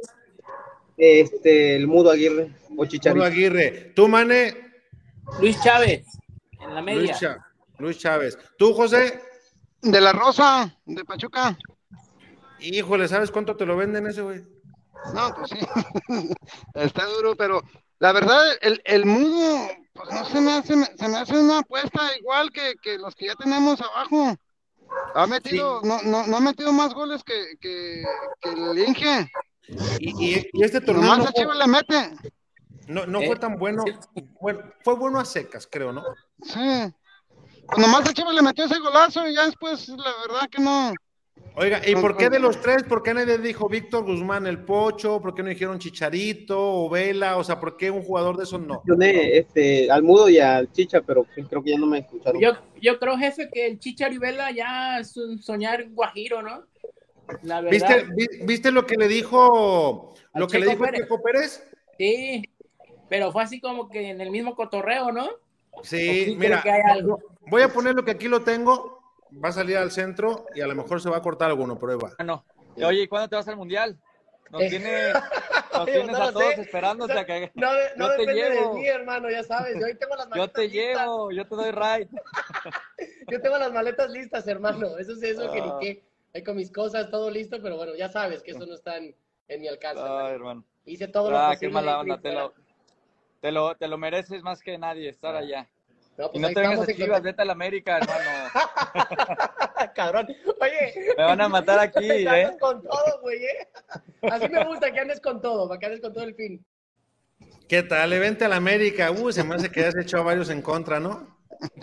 Speaker 6: Este, el Mudo Aguirre o
Speaker 2: Puro
Speaker 6: Chicharito.
Speaker 2: Aguirre. Tú, Mane,
Speaker 4: Luis Chávez, en la
Speaker 2: Luis,
Speaker 4: media.
Speaker 2: Chá- Luis Chávez. Tú, José,
Speaker 5: De la Rosa, de Pachuca.
Speaker 2: híjole, ¿sabes cuánto te lo venden ese, güey?
Speaker 5: No, pues sí. Está duro, pero la verdad, el, el Mudo, pues no se me hace, se me hace una apuesta igual que, que los que ya tenemos abajo. Ha metido, no, no, no ha metido más goles que, que, que el Inge.
Speaker 2: Y, y- y este torneo
Speaker 5: Nomás
Speaker 2: no,
Speaker 5: a Chivas le mete.
Speaker 2: no, no
Speaker 4: Eh,
Speaker 2: fue tan bueno. Bueno, fue bueno a secas, creo, ¿no?
Speaker 5: Sí. Pues nomás a Chivas le metió ese golazo y ya después, la verdad que no.
Speaker 2: Oiga, ¿y por qué de los tres? ¿Por qué nadie dijo Víctor Guzmán el Pocho? ¿Por qué no dijeron Chicharito o Vela? O sea, ¿por qué un jugador de esos no?
Speaker 6: Mencioné este, al Mudo y al Chicha, pero creo que ya no me escucharon.
Speaker 4: Yo, yo creo, jefe, que el Chicharo y Vela ya es un soñar guajiro, ¿no? La verdad.
Speaker 2: ¿Viste, vi- ¿Viste lo que le dijo
Speaker 4: Al
Speaker 2: lo que le
Speaker 4: Checo
Speaker 2: dijo el
Speaker 4: Pérez.
Speaker 2: Checo Pérez?
Speaker 4: Sí, pero fue así como que en el mismo cotorreo, ¿no? ¿O
Speaker 2: Sí,
Speaker 4: sí
Speaker 2: mira,
Speaker 4: cree que hay algo?
Speaker 2: voy a poner lo que aquí lo tengo, va a salir al centro y a lo mejor se va a cortar alguno, pero ahí va.
Speaker 7: Bueno, y oye, ¿y cuándo te vas al mundial? Nos,
Speaker 8: Eh.
Speaker 7: tiene, nos
Speaker 8: Oye,
Speaker 7: tienes
Speaker 8: no
Speaker 7: a
Speaker 8: lo
Speaker 7: todos
Speaker 8: sé.
Speaker 7: esperándote a que
Speaker 8: No, de- no
Speaker 7: yo te
Speaker 8: depende
Speaker 7: llevo.
Speaker 8: de mí, hermano, ya sabes. Yo hoy tengo las
Speaker 7: yo
Speaker 8: maletas
Speaker 7: te
Speaker 8: listas.
Speaker 7: llevo, yo te doy ride.
Speaker 8: Yo tengo las maletas listas, hermano. Eso es eso que
Speaker 7: Ah.
Speaker 8: ni qué. Ahí con mis cosas, todo listo, pero bueno, ya sabes que eso no está en, en mi alcance.
Speaker 7: Ay,
Speaker 8: hermano.
Speaker 7: hermano.
Speaker 8: Hice todo lo
Speaker 7: Ah,
Speaker 8: posible.
Speaker 7: qué mala
Speaker 8: dentro y
Speaker 7: onda, te
Speaker 8: fuera.
Speaker 7: lo, te lo, te lo mereces más que nadie estar allá.
Speaker 8: No,
Speaker 7: Y
Speaker 8: pues
Speaker 7: no
Speaker 8: ahí
Speaker 7: te vengas
Speaker 8: estamos
Speaker 7: a
Speaker 8: en
Speaker 7: Chivas,
Speaker 8: contacto.
Speaker 7: vete a la América, hermano.
Speaker 8: Cabrón. Oye.
Speaker 7: Me van a matar aquí,
Speaker 8: Andas
Speaker 7: ¿eh?
Speaker 8: con todo, güey, ¿eh? Así me gusta que andes con todo, para que andes con todo el fin.
Speaker 2: ¿Qué tal? Le vente a la América. Uh, se me hace que has hecho a varios en contra, ¿no?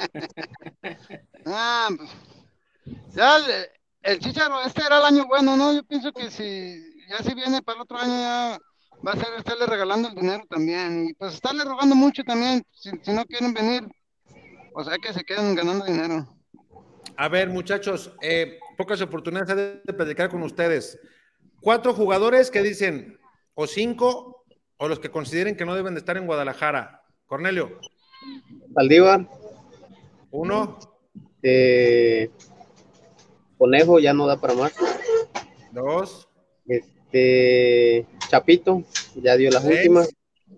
Speaker 5: Ah, pues, ya el, el Chicharo, este era el año bueno, ¿no? Yo pienso que si ya si viene para el otro año ya va a ser estarle regalando el dinero también. Y pues estarle rogando mucho también, si, si no quieren venir, o sea que se queden ganando dinero.
Speaker 2: A ver, muchachos, eh, pocas oportunidades de, de platicar con ustedes. Cuatro jugadores que dicen, o cinco, o los que consideren que no deben de estar en Guadalajara. Cornelio,
Speaker 6: Saldívar,
Speaker 2: uno,
Speaker 6: eh, Conejo ya no da para más.
Speaker 2: dos,
Speaker 6: Este, Chapito, ya dio las
Speaker 2: Seis.
Speaker 6: últimas.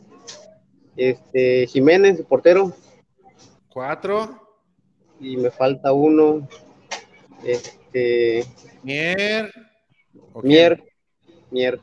Speaker 6: Este, Jiménez, portero,
Speaker 2: cuatro,
Speaker 6: y me falta uno. Este,
Speaker 2: Mier, ¿o quién?
Speaker 6: Mier, Mier.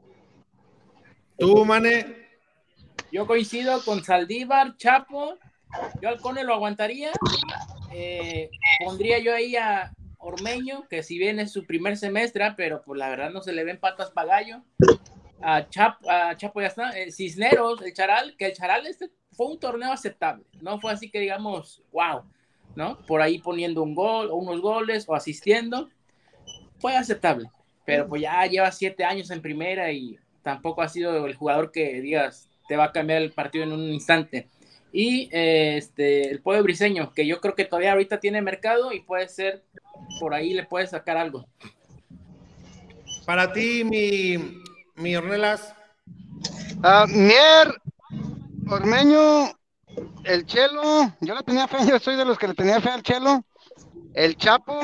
Speaker 2: Tú, Mane,
Speaker 4: Yo coincido con Saldívar, Chapo. Yo al Cone lo aguantaría. Eh, pondría yo ahí a Ormeño, que si bien es su primer semestre, pero pues la verdad no se le ven patas para gallo. A, Chap, a Chapo ya está. Eh, Cisneros, el Charal, que el Charal este fue un torneo aceptable. No fue así que digamos, wow, ¿no? Por ahí poniendo un gol o unos goles o asistiendo. Fue aceptable. Pero pues ya lleva siete años en primera y tampoco ha sido el jugador que digas te va a cambiar el partido en un instante. Y eh, este, el Pollo Briseño, que yo creo que todavía ahorita tiene mercado y puede ser, por ahí le puede sacar algo.
Speaker 2: para ti, mi, mi Ornelas,
Speaker 5: Ah, Mier, Ormeño, el Chelo, yo le tenía fe, yo soy de los que le tenía fe al Chelo, el Chapo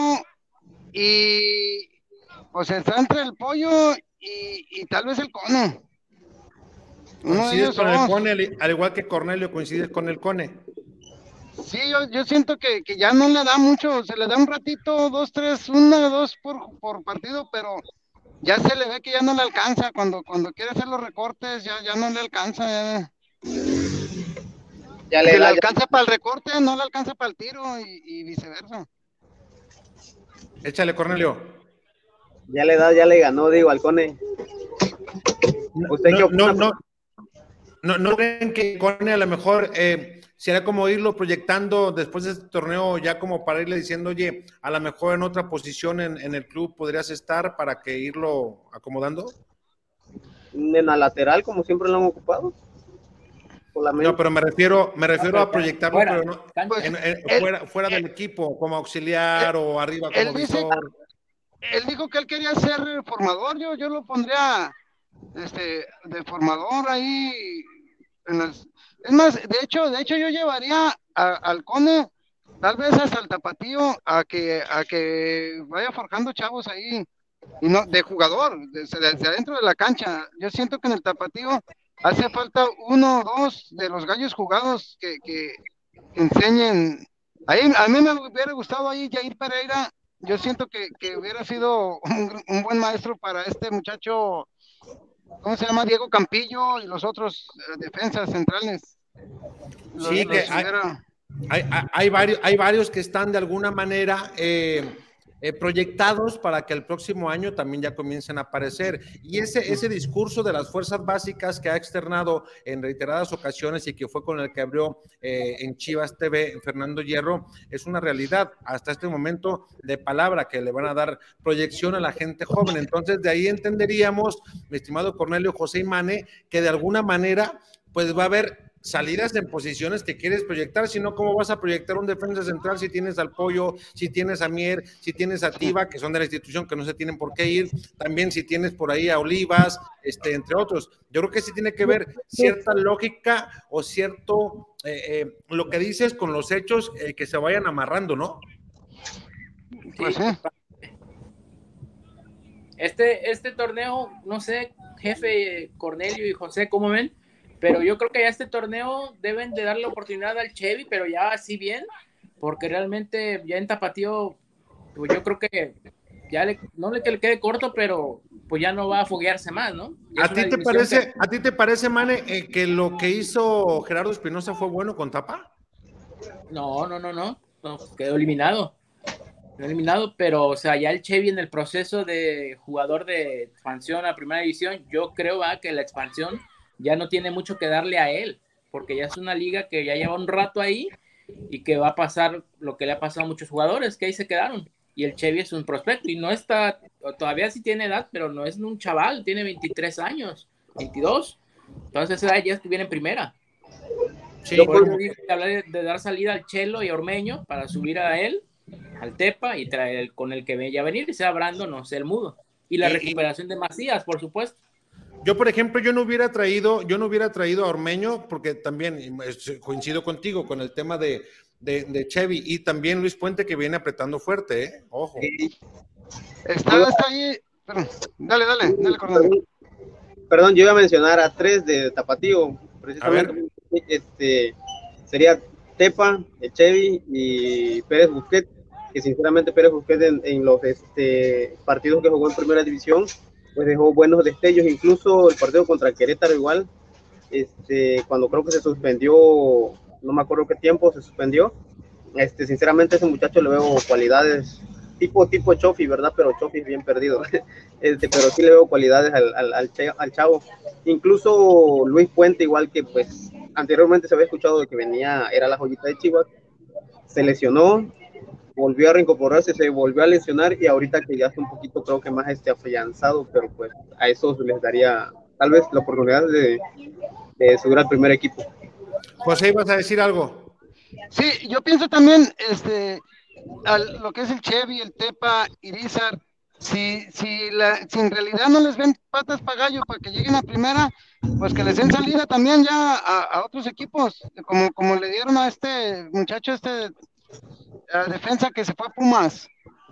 Speaker 5: y pues está entre el Pollo y, y tal vez el Cone. Uno de
Speaker 2: coincides
Speaker 5: ellos
Speaker 2: con el
Speaker 5: dos.
Speaker 2: Cone, al, al igual que Cornelio, coincides con el Cone.
Speaker 5: Sí, yo, yo siento que, que ya no le da mucho, se le da un ratito, dos, tres, una, dos por, por partido, pero ya se le ve que ya no le alcanza, cuando, cuando quiere hacer los recortes, ya, ya no le alcanza, ya.
Speaker 6: Ya
Speaker 5: Si
Speaker 6: le
Speaker 5: le
Speaker 6: da,
Speaker 5: alcanza para el recorte, no le alcanza para el tiro y, y viceversa.
Speaker 2: Échale, Cornelio.
Speaker 6: Ya la edad ya le ganó, digo, al Cone. ¿Usted qué
Speaker 2: No,
Speaker 6: opina?
Speaker 2: no, no, no, no creen que Cone a lo mejor eh, será como irlo proyectando después de este torneo, ya como para irle diciendo, oye, a lo mejor en otra posición en, en el club podrías estar para que irlo acomodando?
Speaker 6: En la lateral, como siempre lo han ocupado.
Speaker 2: No, pero me refiero, me refiero
Speaker 4: No,
Speaker 2: a
Speaker 4: pero
Speaker 2: proyectarlo,
Speaker 4: fuera,
Speaker 2: pero no,
Speaker 4: cancha.
Speaker 2: en- en-
Speaker 5: Él-
Speaker 2: fuera, fuera del
Speaker 5: él-
Speaker 2: equipo, como auxiliar o arriba
Speaker 5: él
Speaker 2: como
Speaker 5: dice-
Speaker 2: visor.
Speaker 5: Él dijo que él quería ser formador, yo, yo lo pondría este, de formador ahí. En las... Es más, de hecho, de hecho yo llevaría a- al Cone, tal vez hasta el Tapatío, a que, a que vaya forjando chavos ahí, y no de jugador, desde, desde adentro de la cancha. Yo siento que en el Tapatío hace falta uno o dos de los gallos jugados que, que, que enseñen. Ahí, a mí me hubiera gustado ahí Jair Pereira. Yo siento que, que hubiera sido un, un buen maestro para este muchacho, ¿cómo se llama? Diego Campillo y los otros eh, defensas centrales. Los-
Speaker 2: Sí,
Speaker 5: los
Speaker 2: que hay,
Speaker 5: hubiera-
Speaker 2: hay, hay- hay varios, hay varios que están de alguna manera eh, eh, proyectados para que el próximo año también ya comiencen a aparecer. Y ese, ese discurso de las fuerzas básicas que ha externado en reiteradas ocasiones y que fue con el que abrió eh, en Chivas T V Fernando Hierro, es una realidad hasta este momento de palabra que le van a dar proyección a la gente joven. Entonces, de ahí entenderíamos, mi estimado Cornelio José Imane, que de alguna manera pues va a haber salidas en posiciones que quieres proyectar, si no, ¿cómo vas a proyectar un defensa central si tienes al Pollo, si tienes a Mier, si tienes a Tiva, que son de la institución que no se tienen por qué ir, también si tienes por ahí a Olivas, este, entre otros? Yo creo que sí tiene que ver cierta lógica o cierto, eh, eh, lo que dices con los hechos eh, que se vayan amarrando, ¿no?
Speaker 5: Pues sí.
Speaker 4: Este, este torneo, no sé, jefe Cornelio y José, ¿cómo ven? Pero yo creo que ya este torneo deben de darle oportunidad al Chevy, pero ya así bien, porque realmente ya en Tapatío, pues yo creo que ya le, no le que le quede corto, pero pues ya no va a foguearse más, ¿no? Ya
Speaker 2: ¿A
Speaker 4: es
Speaker 2: ti
Speaker 4: una
Speaker 2: te
Speaker 4: división
Speaker 2: parece,
Speaker 4: que-
Speaker 2: a ti te parece, Mane, eh, que lo que hizo Gerardo Espinosa fue bueno con Tapa?
Speaker 4: No, no, no, no, no, quedó eliminado. Quedó eliminado, pero o sea, ya el Chevy en el proceso de jugador de expansión a primera división, yo creo va, que la expansión ya no tiene mucho que darle a él, porque ya es una liga que ya lleva un rato ahí y que va a pasar lo que le ha pasado a muchos jugadores, que ahí se quedaron. Y el Chevy es un prospecto y no está, todavía sí tiene edad, pero no es un chaval, tiene veintitrés años, veintidós. Entonces esa edad ya estuviera en primera.
Speaker 2: Sí,
Speaker 4: Por eso
Speaker 2: bueno,
Speaker 4: digo que hablar de, de dar salida al Chelo y a Ormeño para subir a él, al Tepa y traer el, con el que vaya a venir, sea Brandon o sea el Mudo. Y la
Speaker 2: Y- y-
Speaker 4: recuperación de Macías, por supuesto.
Speaker 2: yo, por ejemplo, yo no hubiera traído, yo no hubiera traído a Ormeño, porque también eh, coincido contigo con el tema de, de, de Chevy, y también Luis Puente, que viene apretando fuerte, ¿eh? Ojo.
Speaker 5: Está, está ahí. Pero, dale, dale, dale, Cornelio.
Speaker 6: Perdón, perdón, yo iba a mencionar a tres de Tapatío, precisamente. Este, sería Tepa, el Chevy y Pérez Busquets, que sinceramente Pérez Busquets en, en los este, partidos que jugó en primera división, pues dejó buenos destellos, incluso el partido contra Querétaro igual, este, cuando creo que se suspendió, no me acuerdo qué tiempo se suspendió, este, sinceramente ese muchacho le veo cualidades, tipo tipo Chofi, ¿verdad? Pero Chofi es bien perdido, este, pero sí le veo cualidades al, al, al, al chavo. Incluso Luis Puente, igual que pues anteriormente se había escuchado de que venía, era la joyita de Chivas, se lesionó, volvió a reincorporarse, se volvió a lesionar y ahorita que ya está un poquito creo que más este afianzado, pero pues a esos les daría tal vez la oportunidad de, de subir al primer equipo.
Speaker 2: José, ¿ibas a decir algo?
Speaker 5: Sí, yo pienso también, este, al, lo que es el Chevy, el Tepa, Irizar, si, si, la, si en realidad no les ven patas para gallo para que lleguen a primera, pues que les den salida también ya a, a otros equipos, como, como le dieron a este muchacho, este a defensa que se fue a Pumas.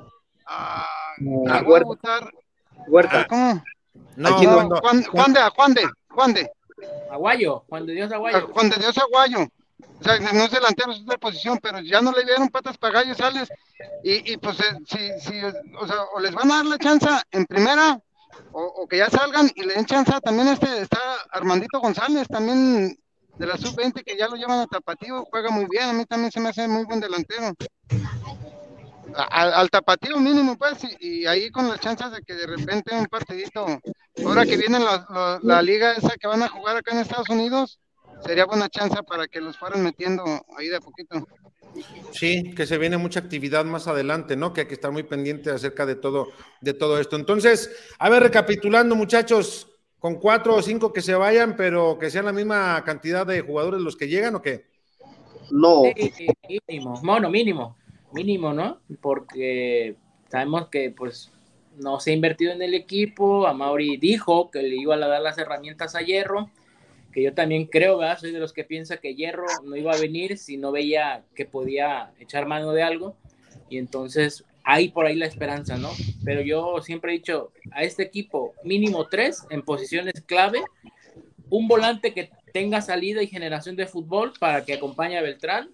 Speaker 5: A,
Speaker 6: Ah,
Speaker 5: a
Speaker 6: Huerta.
Speaker 5: votar,
Speaker 6: Huerta.
Speaker 5: ¿cómo?
Speaker 2: No,
Speaker 6: Aquí
Speaker 5: No,
Speaker 2: cuando,
Speaker 5: Juan, Juan de, Juan de, Juan de,
Speaker 4: Aguayo, Juan de Dios
Speaker 5: a
Speaker 4: Aguayo.
Speaker 5: Juan de Dios Aguayo. O sea, no es delantero, es de posición, pero ya no le dieron patas para gallo, sales. Y, y pues, eh, si, si, o sea, o les van a dar la chance en primera, o, o que ya salgan y le den chance. También este está Armandito González, también de la sub veinte, que ya lo llevan a Tapatío, juega muy bien. A mí también se me hace muy buen delantero. al, al tapatío mínimo, pues, y, y ahí con las chances de que de repente un partidito, ahora que viene la, la, la liga esa que van a jugar acá en Estados Unidos, sería buena chance para que los fueran metiendo ahí de a poquito.
Speaker 2: Sí, que se viene mucha actividad más adelante, ¿no? Que hay que estar muy pendiente acerca de todo, de todo esto. Entonces, a ver, recapitulando, muchachos, con cuatro o cinco que se vayan, pero que sean la misma cantidad de jugadores los que llegan, ¿o qué?
Speaker 6: No.
Speaker 4: Sí, mínimo, bueno, mínimo, mínimo, ¿no? Porque sabemos que, pues, no se ha invertido en el equipo. Amaury dijo que le iba a dar las herramientas a Hierro, que yo también creo, ¿verdad? Soy de los que piensa que Hierro no iba a venir si no veía que podía echar mano de algo, y entonces hay por ahí la esperanza, ¿no? Pero yo siempre he dicho, a este equipo mínimo tres en posiciones clave, un volante que tenga salida y generación de fútbol para que acompañe a Beltrán,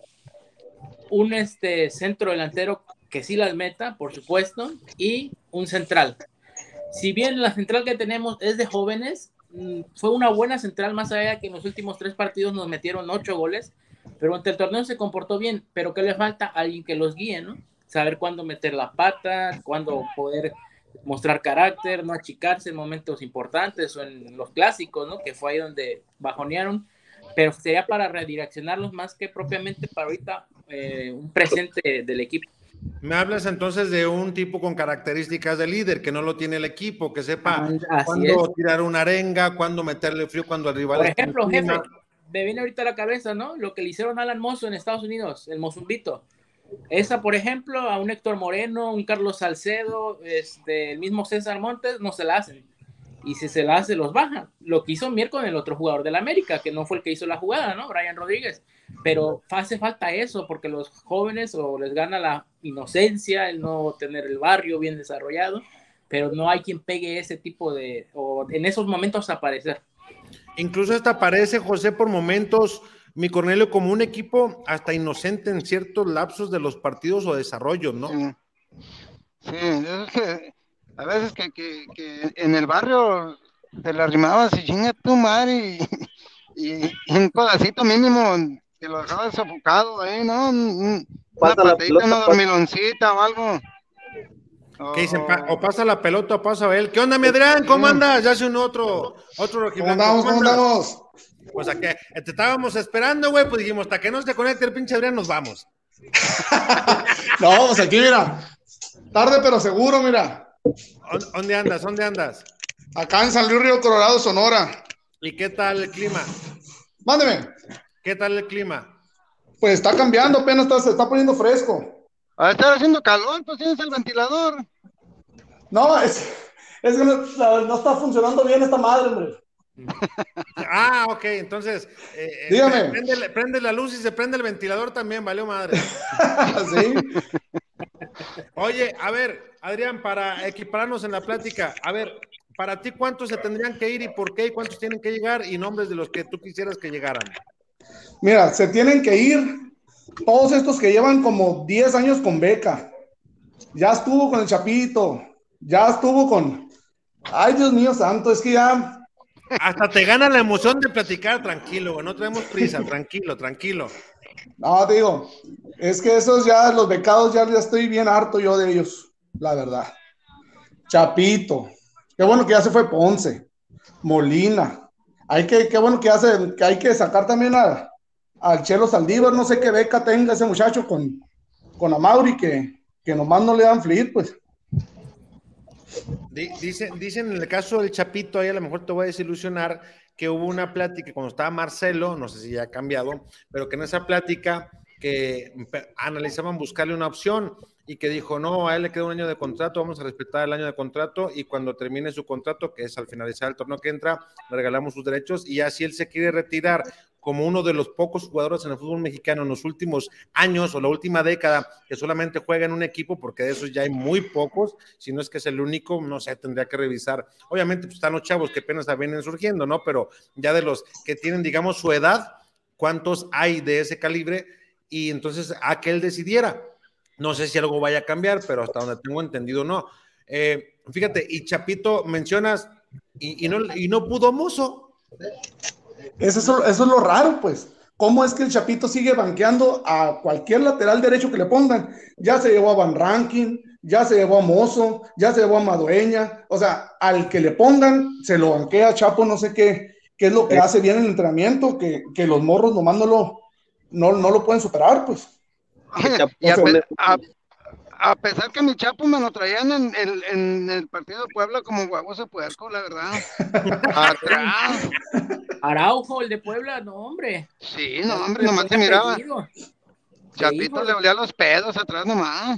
Speaker 4: un este, centro delantero que sí las meta, por supuesto, y un central. Si bien la central que tenemos es de jóvenes, fue una buena central, más allá de que en los últimos tres partidos nos metieron ocho goles, pero ante el torneo se comportó bien. Pero ¿qué le falta? Alguien que los guíe, ¿no? Saber cuándo meter la pata, cuándo poder mostrar carácter, no achicarse en momentos importantes o en los clásicos, ¿no? Que fue ahí donde bajonearon, pero sería para redireccionarlos más que propiamente para ahorita eh, un presente del equipo.
Speaker 2: Me hablas entonces de un tipo con características de líder, que no lo tiene el equipo, que sepa
Speaker 4: Así
Speaker 2: cuándo
Speaker 4: es.
Speaker 2: tirar una arenga, cuándo meterle frío, cuando el rival
Speaker 4: Por
Speaker 2: está
Speaker 4: ejemplo,
Speaker 2: encima.
Speaker 4: jefe, me viene ahorita a la cabeza, ¿no? Lo que le hicieron a Alan Mozo en Estados Unidos, el Mozumbito. Esa, por ejemplo, a un Héctor Moreno, un Carlos Salcedo, este, el mismo César Montes, no se la hacen. Y si se la hace, los bajan. Lo que hizo Mier con el otro jugador del América, que no fue el que hizo la jugada, ¿no? Brian Rodríguez. Pero hace falta eso, porque los jóvenes o les gana la inocencia, el no tener el barrio bien desarrollado, pero no hay quien pegue ese tipo de, o en esos momentos aparecer.
Speaker 2: Incluso hasta parece, José, por momentos, mi Cornelio, como un equipo hasta inocente en ciertos lapsos de los partidos o desarrollos, ¿no?
Speaker 5: Sí, sí, es que a veces que, que, que en el barrio te la arrimabas y chinga tu madre y, y, y un pedacito mínimo que lo dejabas sofocado ahí, ¿no? Un, una patadita, una dormiloncita o algo.
Speaker 2: ¿Qué dicen? O pasa la pelota o pasa a él. ¿Qué onda, mi Adrián? ¿Cómo andas? Ya hace un otro, otro rojiblanco.
Speaker 9: ¿Cómo andamos? ¿Cómo andamos?
Speaker 2: Pues aquí te estábamos esperando, güey, pues dijimos, hasta que no se conecte el pinche Adrián, nos vamos.
Speaker 9: No, pues aquí, mira. Tarde pero seguro, mira.
Speaker 2: ¿Dónde andas? ¿Dónde andas?
Speaker 9: Acá en San Luis Río Colorado, Sonora.
Speaker 2: ¿Y qué tal el clima?
Speaker 9: Mándeme.
Speaker 2: ¿Qué tal el clima?
Speaker 9: Pues está cambiando, apenas está, se está poniendo fresco.
Speaker 5: A estar haciendo calor, pues tienes el ventilador.
Speaker 9: No, es, es que no, no está funcionando bien esta madre, hombre.
Speaker 2: Ah, ok, entonces eh,
Speaker 9: dígame.
Speaker 2: Prende, prende la luz y se prende el ventilador también, valió madre.
Speaker 9: Sí.
Speaker 2: Oye, a ver, Adrián, para equipararnos en la plática, a ver, para ti, ¿cuántos se tendrían que ir y por qué? ¿Y cuántos tienen que llegar? Y nombres de los que tú quisieras que llegaran.
Speaker 9: Mira, se tienen que ir todos estos que llevan como diez años con beca. Ya estuvo con el Chapito, ya estuvo con... Ay, Dios mío santo, es que ya...
Speaker 2: Hasta te gana la emoción de platicar, tranquilo, güey, no tenemos prisa, tranquilo, tranquilo.
Speaker 9: No, te digo, es que esos ya, los becados, ya, ya estoy bien harto yo de ellos, la verdad. Chapito, qué bueno que ya se fue Ponce, Molina, hay que, qué bueno que, hace, que hay que sacar también a, al Chelo Saldívar, no sé qué beca tenga ese muchacho con, con Amaury, que, que nomás no le dan flit, pues.
Speaker 2: Dicen, dicen en el caso del Chapito, ahí a lo mejor te voy a desilusionar, que hubo una plática cuando estaba Marcelo, no sé si ya ha cambiado, pero que en esa plática que analizaban buscarle una opción y que dijo, no, a él le queda un año de contrato, vamos a respetar el año de contrato y cuando termine su contrato, que es al finalizar el torneo que entra, le regalamos sus derechos y ya si él se quiere retirar como uno de los pocos jugadores en el fútbol mexicano en los últimos años o la última década que solamente juega en un equipo, porque de esos ya hay muy pocos, si no es que es el único, no sé, tendría que revisar. Obviamente pues, están los chavos que apenas vienen surgiendo, ¿no? Pero ya de los que tienen, digamos, su edad, ¿cuántos hay de ese calibre? Y entonces a que él decidiera. No sé si algo vaya a cambiar, pero hasta donde tengo entendido, no. Eh, fíjate, y Chapito mencionas, y, y, no, y no pudo Mozo.
Speaker 9: Eso, eso es lo raro, pues. cómo es que el Chapito sigue banqueando a cualquier lateral derecho que le pongan. Ya se llevó a Van Rankin, ya se llevó a Mozo, ya se llevó a Madueña, o sea, al que le pongan, se lo banquea Chapo, no sé qué, qué es lo que hace bien en el entrenamiento, que, que los morros nomás no lo, no, no lo pueden superar, pues.
Speaker 5: Y a, pe- a, a pesar que mi Chapo me lo traían en, en, en el partido de Puebla como huevos puerco, la verdad. Atrás.
Speaker 4: Araujo, el de Puebla, no, hombre.
Speaker 5: Sí, no, hombre, nomás te miraba. Chapito le olía los pedos atrás nomás.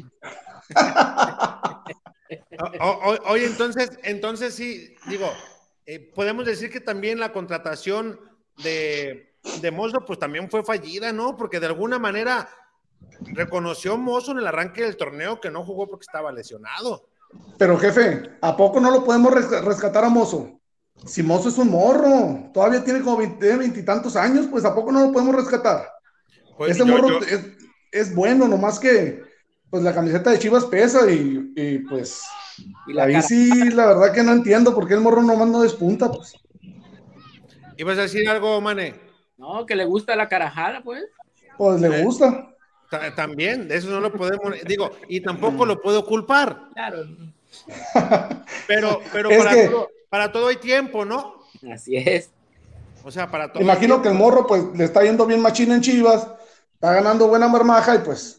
Speaker 2: O, o, oye, entonces, entonces sí, digo, eh, podemos decir que también la contratación de, de Mozo, pues también fue fallida, ¿no? Porque de alguna manera reconoció Mozo en el arranque del torneo que no jugó porque estaba lesionado.
Speaker 9: Pero jefe, ¿a poco no lo podemos res- rescatar a Mozo? Si Mozo es un morro, todavía tiene como veinte, veintitantos años, pues ¿a poco no lo podemos rescatar?
Speaker 2: Pues
Speaker 9: Ese
Speaker 2: yo,
Speaker 9: morro
Speaker 2: yo...
Speaker 9: Es, es bueno, nomás que pues la camiseta de Chivas pesa y, y pues
Speaker 4: Y la
Speaker 9: ahí
Speaker 4: cara.
Speaker 9: sí, la verdad que no entiendo por qué el morro nomás no despunta, pues.
Speaker 2: ¿Ibas a decir algo, Mane?
Speaker 4: No, que le gusta la carajada, pues.
Speaker 9: Pues le gusta.
Speaker 2: Ta- También, de eso no lo podemos, digo, y tampoco lo puedo culpar.
Speaker 4: Claro.
Speaker 2: Pero, pero
Speaker 9: Es
Speaker 2: para,
Speaker 9: que-
Speaker 2: todo, para todo hay tiempo, ¿no?
Speaker 4: Así es.
Speaker 2: O sea, para todo.
Speaker 9: Imagino
Speaker 2: hay
Speaker 9: que el
Speaker 2: tiempo.
Speaker 9: morro pues le está yendo bien machín en Chivas, está ganando buena marmaja y pues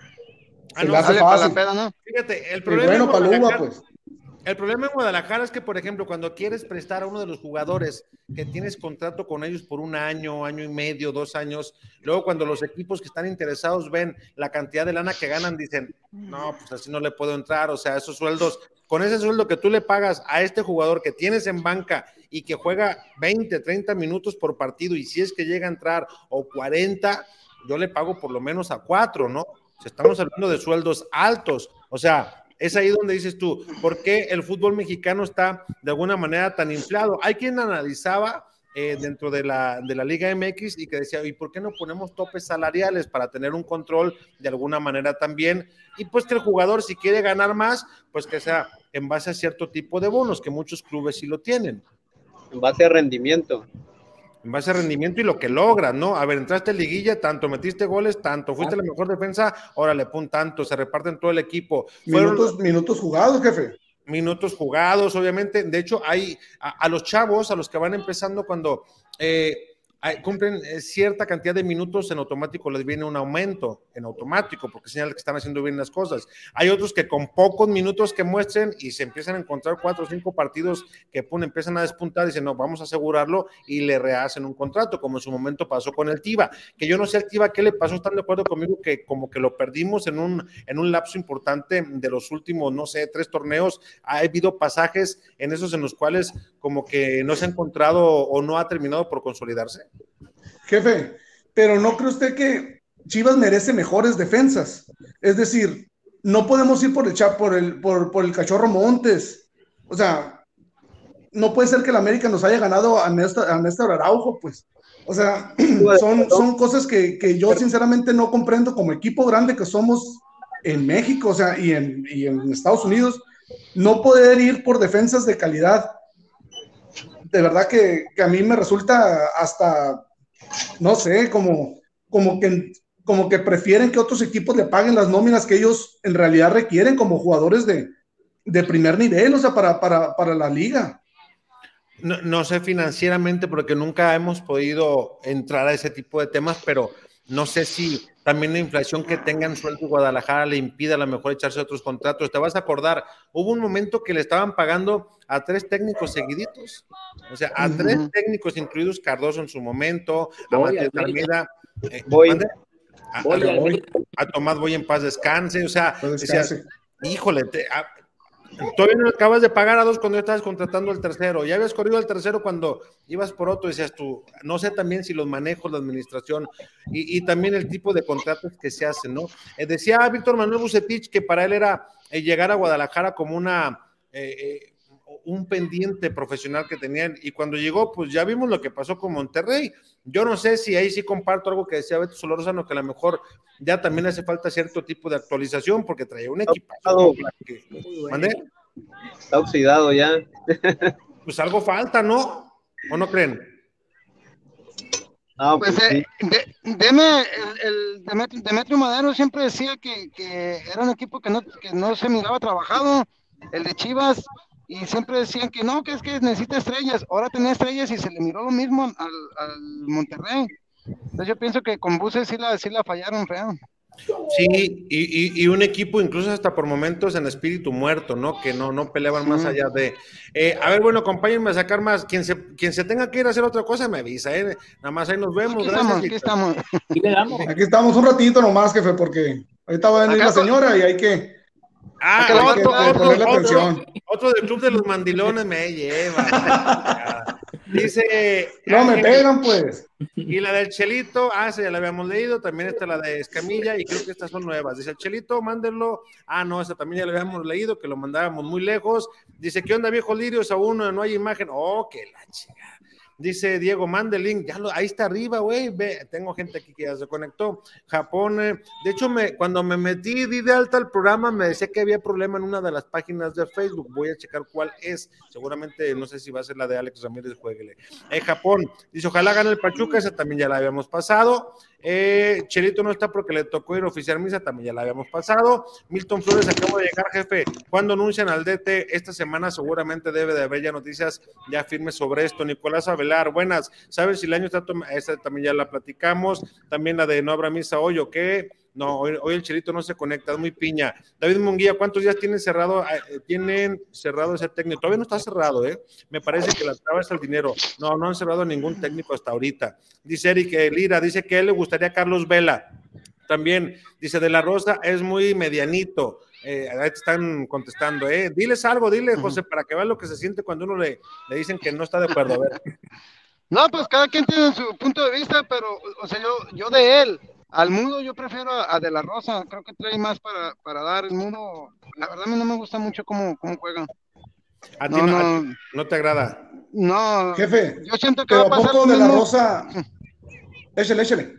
Speaker 2: Ah,
Speaker 9: se
Speaker 2: no,
Speaker 9: le hace
Speaker 5: Sale para la
Speaker 9: fácil.
Speaker 5: peda, ¿no?
Speaker 2: Fíjate, el
Speaker 9: Y
Speaker 2: problema,
Speaker 9: bueno,
Speaker 2: en
Speaker 9: para la uva,
Speaker 2: Guadalajara,
Speaker 9: pues.
Speaker 2: el problema en Guadalajara es que, por ejemplo, cuando quieres prestar a uno de los jugadores que tienes contrato con ellos por un año, año y medio, dos años, luego cuando los equipos que están interesados ven la cantidad de lana que ganan, dicen, no, pues así no le puedo entrar, o sea, esos sueldos, con ese sueldo que tú le pagas a este jugador que tienes en banca y que juega veinte, treinta minutos por partido, y si es que llega a entrar o cuarenta, yo le pago por lo menos a cuatro, ¿no? O sea, estamos hablando de sueldos altos, o sea, es ahí donde dices tú, ¿por qué el fútbol mexicano está de alguna manera tan inflado? Hay quien analizaba eh, dentro de la, de la Liga M X y que decía, ¿y por qué no ponemos topes salariales para tener un control de alguna manera también? Y pues que el jugador, si quiere ganar más, pues que sea en base a cierto tipo de bonos, que muchos clubes sí lo tienen.
Speaker 6: En base a rendimiento.
Speaker 2: En base a rendimiento y lo que logras, ¿no? A ver, entraste en liguilla, tanto metiste goles, tanto fuiste la mejor defensa, órale, pum, tanto, se reparten todo el equipo. Fueron
Speaker 9: Minutos, minutos jugados, jefe.
Speaker 2: minutos jugados, obviamente. De hecho, hay a, a los chavos, a los que van empezando cuando eh, hay, cumplen eh, cierta cantidad de minutos, en automático les viene un aumento, en automático, porque señala que están haciendo bien las cosas. Hay otros que con pocos minutos que muestren y se empiezan a encontrar cuatro o cinco partidos que pum, empiezan a despuntar y dicen, no, vamos a asegurarlo y le rehacen un contrato, como en su momento pasó con el Tiva, que yo no sé al Tiva qué le pasó, están de acuerdo conmigo que como que lo perdimos en un, en un lapso importante de los últimos, no sé, tres torneos. Ha habido pasajes en esos en los cuales como que no se ha encontrado o no ha terminado por consolidarse.
Speaker 9: Jefe, pero ¿no cree usted que Chivas merece mejores defensas? Es decir, no podemos ir por el, cha- por el, por, por el Cachorro Montes. O sea, no puede ser que el América nos haya ganado a Néstor, a Néstor Araujo, pues. O sea, son, son cosas que, que yo sinceramente no comprendo como equipo grande que somos en México, o sea, y en, y en Estados Unidos, no poder ir por defensas de calidad. De verdad que, que a mí me resulta hasta, no sé, como, como, que, como que prefieren que otros equipos le paguen las nóminas que ellos en realidad requieren como jugadores de, de primer nivel, o sea, para, para, para la liga.
Speaker 2: No, no sé financieramente porque nunca hemos podido entrar a ese tipo de temas, pero no sé si también la inflación que tengan sueldo Guadalajara le impida a lo mejor echarse otros contratos. Te vas a acordar, hubo un momento que le estaban pagando a tres técnicos seguiditos, o sea, a uh-huh. tres técnicos, incluidos Cardoso en su momento, a
Speaker 4: Voy
Speaker 2: Matías
Speaker 4: a
Speaker 2: Almeida, eh,
Speaker 6: Voy.
Speaker 2: a,
Speaker 4: Voy
Speaker 2: a,
Speaker 4: a-
Speaker 2: Boy, a Tomás Boy en paz descanse, o sea,
Speaker 9: Paz
Speaker 2: decías,
Speaker 9: descanse.
Speaker 2: híjole, te, a, todavía no acabas de pagar a dos cuando ya estabas contratando al tercero, ya habías corrido al tercero cuando ibas por otro, decías tú, no sé también si los manejos, la administración y, y también el tipo de contratos que se hacen, ¿no? Eh, decía Víctor Manuel Bucetich que para él era eh, llegar a Guadalajara como una, eh, eh, un pendiente profesional que tenían, y cuando llegó, pues ya vimos lo que pasó con Monterrey. Yo no sé si ahí sí comparto algo que decía Beto Solórzano, que a lo mejor ya también hace falta cierto tipo de actualización, porque traía un equipazo. Que, ¿mandé?
Speaker 6: Está oxidado ya.
Speaker 2: Pues algo falta, ¿no? ¿O no creen?
Speaker 6: No,
Speaker 5: Pues
Speaker 6: pues
Speaker 5: eh,
Speaker 6: sí.
Speaker 5: de- Deme, el, el Demetrio, Demetrio Madero siempre decía que, que era un equipo que no, que no se miraba trabajado, el de Chivas, y siempre decían que no, que es que necesita estrellas. Ahora tenía estrellas y se le miró lo mismo al, al Monterrey. Entonces yo pienso que con Buses sí la, sí la fallaron feo.
Speaker 2: Sí, y, y, y un equipo incluso hasta por momentos en espíritu muerto, ¿no? Que no, no peleaban
Speaker 5: Sí.
Speaker 2: más allá de... Eh, a ver, bueno, acompáñenme a sacar más. Quien se, quien se tenga que ir a hacer otra cosa me avisa, ¿eh? Nada más ahí nos vemos.
Speaker 5: Aquí
Speaker 2: Gracias.
Speaker 5: estamos, aquí estamos.
Speaker 4: Y le damos.
Speaker 9: Aquí estamos un ratito nomás, jefe, porque ahorita va a venir
Speaker 5: Acá
Speaker 9: la señora y hay que,
Speaker 2: Ah,
Speaker 5: Porque la
Speaker 9: hay que
Speaker 2: otro, otro,
Speaker 9: ponerle
Speaker 2: otro,
Speaker 9: atención.
Speaker 2: otro del club de los mandilones me lleva. Dice...
Speaker 9: No me
Speaker 2: Ángel,
Speaker 9: pegan, pues.
Speaker 2: y la del Chelito, ah, sí, ya la habíamos leído, también está la de Escamilla y creo que estas son nuevas. Dice el Chelito, mándenlo. Ah, no, esta también ya la habíamos leído, que lo mandábamos muy lejos. Dice, ¿qué onda, viejo Lirios? Aún no hay imagen. Oh, que la chica. Dice Diego, mande el link, ya lo, ahí está arriba, güey, ve, tengo gente aquí que ya se conectó. Japón, eh, de hecho, me, cuando me metí, di de alta al programa, me decía que había problema en una de las páginas de Facebook, voy a checar cuál es, seguramente, no sé si va a ser la de Alex Ramírez, jueguele. Eh, Japón, dice, ojalá gane el Pachuca, esa también ya la habíamos pasado. Eh, Chelito no está porque le tocó ir a oficiar misa, también ya la habíamos pasado. Milton Flores, acabo de llegar, jefe. ¿Cuándo anuncian al D T? Esta semana seguramente debe de haber ya noticias ya firmes sobre esto. Nicolás Avelar, buenas. ¿Sabes si el año está tomando? Esta también ya la platicamos. También la de no habrá misa hoy o qué. No, hoy, hoy el Chelito no se conecta, es muy piña. David Munguía, ¿cuántos días tienen cerrado eh, tienen cerrado ese técnico? Todavía no está cerrado, ¿eh? Me parece que la traba es el dinero. No, no han cerrado ningún técnico hasta ahorita. Dice Eric Lira, dice que a él le gustaría a Carlos Vela. También, dice De La Rosa, es muy medianito. Eh, ahí te están contestando, ¿eh? Diles algo, dile, José, para que vean lo que se siente cuando uno le, le dicen que no está de acuerdo. A ver.
Speaker 5: No, pues cada quien tiene su punto de vista, pero, o sea, yo, yo de él, al Mudo yo prefiero a, a De La Rosa, creo que trae más para, para dar. El Mudo, la verdad a mí no me gusta mucho cómo, cómo juega.
Speaker 2: A ti
Speaker 5: No,
Speaker 2: no,
Speaker 5: no.
Speaker 2: a ti no te agrada.
Speaker 5: No,
Speaker 9: Jefe,
Speaker 5: yo siento que
Speaker 9: pero
Speaker 5: va
Speaker 9: ¿a
Speaker 5: a pasar
Speaker 9: poco
Speaker 5: lo
Speaker 9: De La
Speaker 5: mismo.
Speaker 9: Rosa? Échale, échale.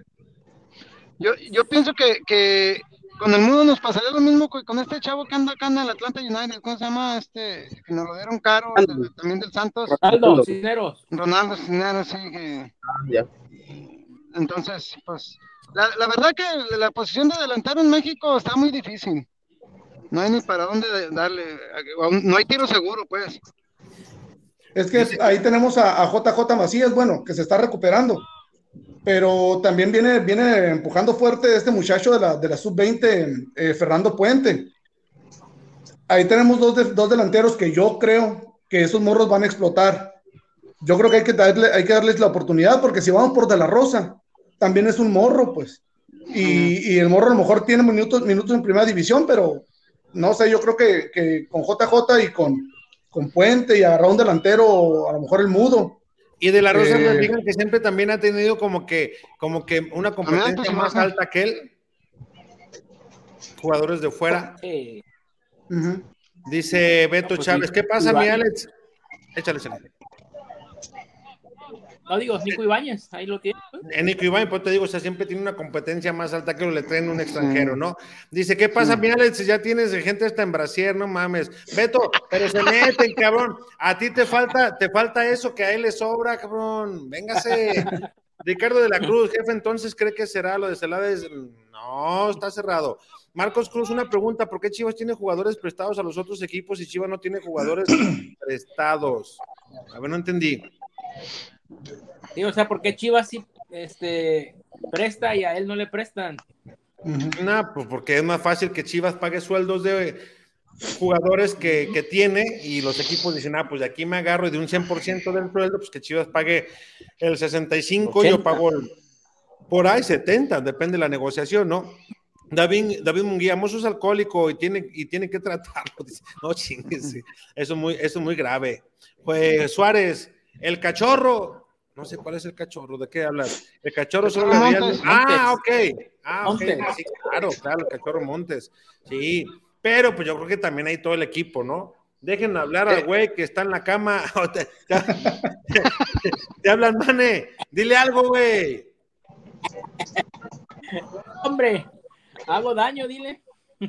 Speaker 5: Yo, yo pienso que, que con el Mudo nos pasaría lo mismo que con este chavo que anda acá en el Atlanta United, ¿cómo se llama? Este, que nos lo dieron caro, el de- también del Santos.
Speaker 4: Ronaldo, Cisneros.
Speaker 5: Ronaldo Cisneros, sí, que...
Speaker 6: Ya.
Speaker 5: Entonces, pues, la, la verdad que la posición de delantero en México está muy difícil. No hay ni para dónde darle, no hay tiro seguro, pues.
Speaker 9: Es que ahí tenemos a, a J J Macías, bueno, que se está recuperando, pero también viene, viene empujando fuerte este muchacho de la, de la sub veinte, eh, Fernando Puente. Ahí tenemos dos, de, dos delanteros que yo creo que esos morros van a explotar. Yo creo que hay que, darle, hay que darles la oportunidad, porque si vamos por De La Rosa, también es un morro, pues. Y, y el morro a lo mejor tiene minutos, minutos en primera división, pero no sé, yo creo que, que con J J y con, con Puente y agarrar un delantero, a lo mejor el Mudo.
Speaker 2: Y De La Rosa
Speaker 9: Eh,
Speaker 2: me digan que siempre también ha tenido como que, como que una competencia más alta que él. Jugadores de fuera.
Speaker 4: Eh,
Speaker 9: Uh-huh.
Speaker 2: Dice Beto
Speaker 4: pues
Speaker 2: Chávez,
Speaker 4: sí,
Speaker 2: ¿qué pasa,
Speaker 4: Iván.
Speaker 2: mi Alex? Échale, échale.
Speaker 4: no digo, Nico Ibáñez, ahí lo tiene. pues.
Speaker 2: En Nico Iván, pues te digo, o sea, siempre tiene una competencia más alta que lo le traen un extranjero, ¿no? Dice, ¿qué pasa, mi Alex? Si ya tienes gente hasta en brasier, no mames. Beto, pero se meten, cabrón. A ti te falta, te falta eso que a él le sobra, cabrón. Véngase. Ricardo de la Cruz, jefe, entonces, ¿cree que será lo de Celades? No, está cerrado. Marcos Cruz, una pregunta, ¿por qué Chivas tiene jugadores prestados a los otros equipos y Chivas no tiene jugadores prestados? A ver, no entendí.
Speaker 4: Sí, o sea, ¿por qué Chivas sí este, presta y a él no le prestan?
Speaker 9: Uh-huh.
Speaker 2: No, pues porque es más fácil que Chivas pague sueldos de jugadores que, que tiene y los equipos dicen, ah, pues de aquí me agarro y de un cien por ciento del sueldo, pues que Chivas pague el sesenta y cinco por ciento, yo pago el, por ahí setenta, depende de la negociación, ¿no? David, David Munguía, Mozo es alcohólico y tiene, y tiene que tratarlo. Dice, no chingues, eso es muy, eso es muy grave. Pues Suárez, el cachorro, no sé cuál es el cachorro, ¿de qué hablas? El cachorro solo le veía.
Speaker 4: Montes,
Speaker 2: Ah,
Speaker 4: Montes.
Speaker 2: ok. Ah, ok.
Speaker 4: Montes.
Speaker 2: Sí, claro, claro, el cachorro Montes. Sí, pero pues yo creo que también hay todo el equipo, ¿no? Dejen hablar al güey que está en la cama. te, te, te, te hablan, mane. Dile algo, güey.
Speaker 4: Hombre, hago daño, dile.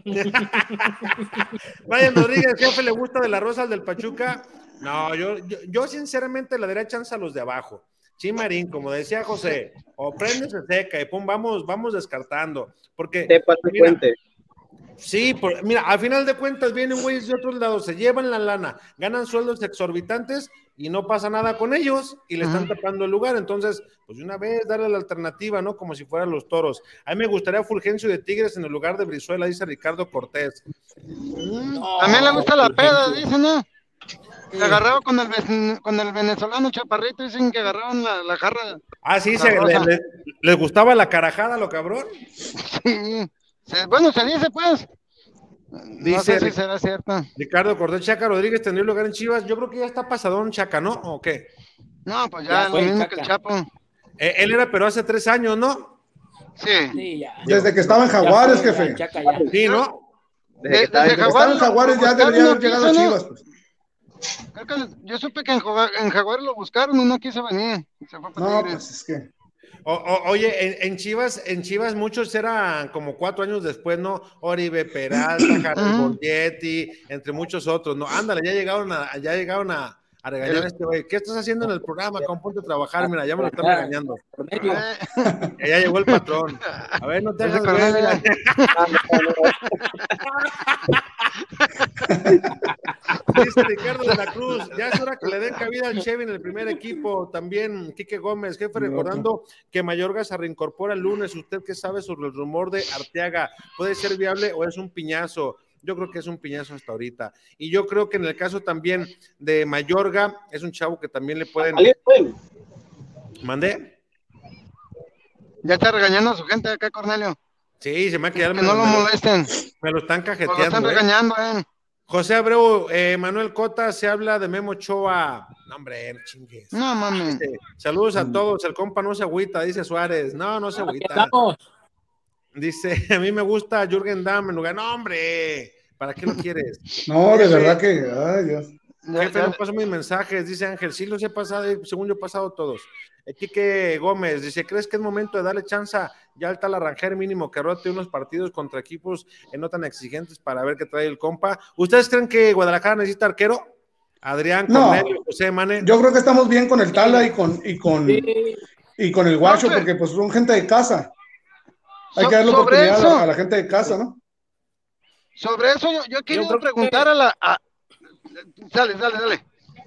Speaker 2: Brian Rodríguez, jefe, ¿le gusta De La Rosa al del Pachuca? No, yo, yo, yo sinceramente le daría chance a los de abajo. Chimarín, como decía José, o prende se seca y pum, vamos, vamos descartando. Porque.
Speaker 6: Te paso el puente.
Speaker 2: Sí, por, mira, al final de cuentas vienen güeyes de otros lados, se llevan la lana, ganan sueldos exorbitantes y no pasa nada con ellos y le están tapando el lugar. Entonces, pues de una vez darle la alternativa, ¿no? Como si fueran los Toros. A mí me gustaría Fulgencio de Tigres en el lugar de Brizuela, dice Ricardo Cortés.
Speaker 5: No, a mí le gusta la peda, dicen, ¿no? Se agarraba con el, con el venezolano Chaparrito, dicen que agarraban la, la jarra.
Speaker 2: Ah, sí, se, le, le, les gustaba la carajada, lo cabrón.
Speaker 5: Sí. Se, bueno, se dice pues.
Speaker 2: Dice,
Speaker 5: no sé si será cierto.
Speaker 2: Ricardo Cortés, Chaca Rodríguez tendría lugar en Chivas. Yo creo que ya está pasadón Chaca, ¿no? ¿O qué?
Speaker 5: No, pues ya, ya lo mismo Chaca. Que el Chapo.
Speaker 2: Eh, él era, pero hace tres años, ¿no?
Speaker 5: Sí.
Speaker 8: Sí, ya.
Speaker 9: Desde que estaba en Jaguares,
Speaker 8: Ya,
Speaker 9: jefe.
Speaker 8: Chaca, ya.
Speaker 2: Sí, ¿no?
Speaker 6: Desde que
Speaker 5: Desde,
Speaker 6: estaba
Speaker 5: desde
Speaker 6: en
Speaker 9: Jaguares, Jaguares ya debería haber llegado a Chivas. Pues.
Speaker 5: Creo que yo supe que en, en Jaguares lo buscaron y no quiso venir. Se fue para
Speaker 9: no,
Speaker 5: Tigres.
Speaker 9: pues es que...
Speaker 2: O, o, oye, en, en Chivas, en Chivas muchos eran como cuatro años después, ¿no? Oribe Peralta, Jared Borgetti, entre muchos otros, ¿no? Ándale, ya llegaron a, ya llegaron a, a regañar a este güey. ¿Qué estás haciendo en el programa? ¿Cómo ponte a trabajar? Mira, ya me lo están regañando. Ya, ya llegó el patrón. A ver, no te hagas güey, mira. Dice Ricardo de la Cruz, ya es hora que le den cabida al Chevy en el primer equipo. También Quique Gómez, jefe, recordando que Mayorga se reincorpora el lunes. ¿Usted qué sabe sobre el rumor de Arteaga? ¿Puede ser viable o es un piñazo? Yo creo que es un piñazo hasta ahorita. Y yo creo que en el caso también de Mayorga, es un chavo que también le pueden... ¿Mandé?
Speaker 5: Ya está regañando a su gente acá, Cornelio.
Speaker 2: Sí, se me ha quedado.
Speaker 5: Que no lo molesten.
Speaker 2: Me lo están cajeteando.
Speaker 5: Lo están regañando, eh.
Speaker 2: José Abreu, eh, Manuel Cota, se habla de Memo Ochoa. No, hombre, chingues.
Speaker 5: No, mami.
Speaker 2: Este, saludos a todos. El compa no se agüita, dice Suárez. No, no se agüita.
Speaker 4: Estamos.
Speaker 2: Dice, a mí me gusta Jürgen Damm en lugar. No, hombre, ¿para qué lo quieres?
Speaker 9: No, de verdad que. Ay, Dios.
Speaker 2: Jefe, no paso mis mensajes, dice Ángel. Sí, los he pasado, según yo he pasado todos. Quique Gómez dice: ¿crees que es momento de darle chance ya al tal Arrangel mínimo que rote unos partidos contra equipos no tan exigentes para ver qué trae el compa? ¿Ustedes creen que Guadalajara necesita arquero? Adrián,
Speaker 9: no,
Speaker 2: Cornelio, José, Mane.
Speaker 9: Yo creo que estamos bien con el Tala y con, y con, y con el Guacho, no, porque pues son gente de casa. Hay so, que darle oportunidad eso, a la gente de casa, ¿no?
Speaker 5: Sobre eso yo, yo quiero preguntar que... a la... A... Dale, dale, dale.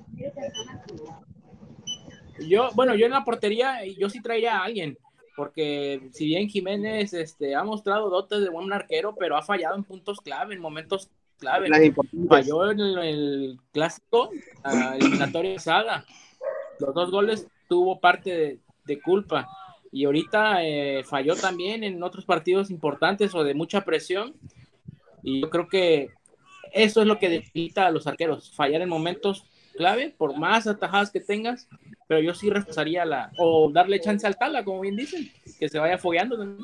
Speaker 4: Yo, bueno, yo en la portería, yo sí traía a alguien, porque si bien Jiménez este, ha mostrado dotes de buen arquero, pero ha fallado en puntos clave, en momentos clave. Falló en el, el clásico, la eliminatoria Saga. Los dos goles tuvo parte de, de culpa. Y ahorita eh, falló también en otros partidos importantes o de mucha presión. Y yo creo que eso es lo que debilita a los arqueros, fallar en momentos clave, por más atajadas que tengas, pero yo sí reforzaría la, o darle chance al Tala, como bien dicen, que se vaya fogueando también.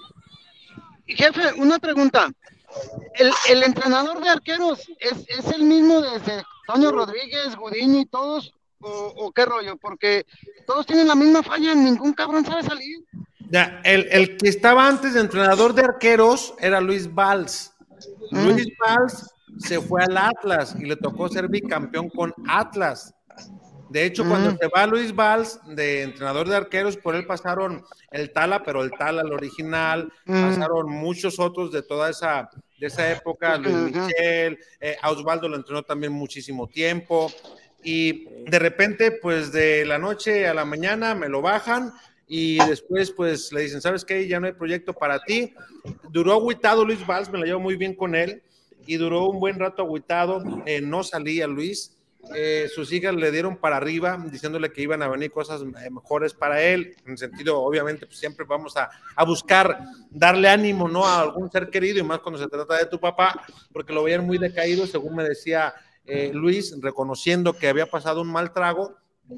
Speaker 5: Jefe, una pregunta, ¿el, el entrenador de arqueros es, es el mismo desde Toño Rodríguez, Gudiño y todos, o, o qué rollo? Porque todos tienen la misma falla, ningún cabrón sabe salir.
Speaker 2: Ya, el, el que estaba antes de entrenador de arqueros era Luis Valls. Mm. Luis Valls se fue al Atlas y le tocó ser bicampeón con Atlas. De hecho, mm. cuando se va Luis Valls de entrenador de arqueros, por él pasaron el Tala, pero el Tala, el original, mm. pasaron muchos otros de toda esa, de esa época, Luis uh-huh. Michel, eh, a Osvaldo lo entrenó también muchísimo tiempo, y de repente, pues de la noche a la mañana me lo bajan, y después pues le dicen, ¿sabes qué? Ya no hay proyecto para ti. Duró agüitado Luis Valls, me la llevo muy bien con él, y duró un buen rato agüitado, eh, no salía Luis, eh, sus hijas le dieron para arriba, diciéndole que iban a venir cosas mejores para él, en el sentido, obviamente, pues siempre vamos a, a buscar darle ánimo, ¿no? A algún ser querido, y más cuando se trata de tu papá, porque lo veían muy decaído, según me decía eh, Luis, reconociendo que había pasado un mal trago,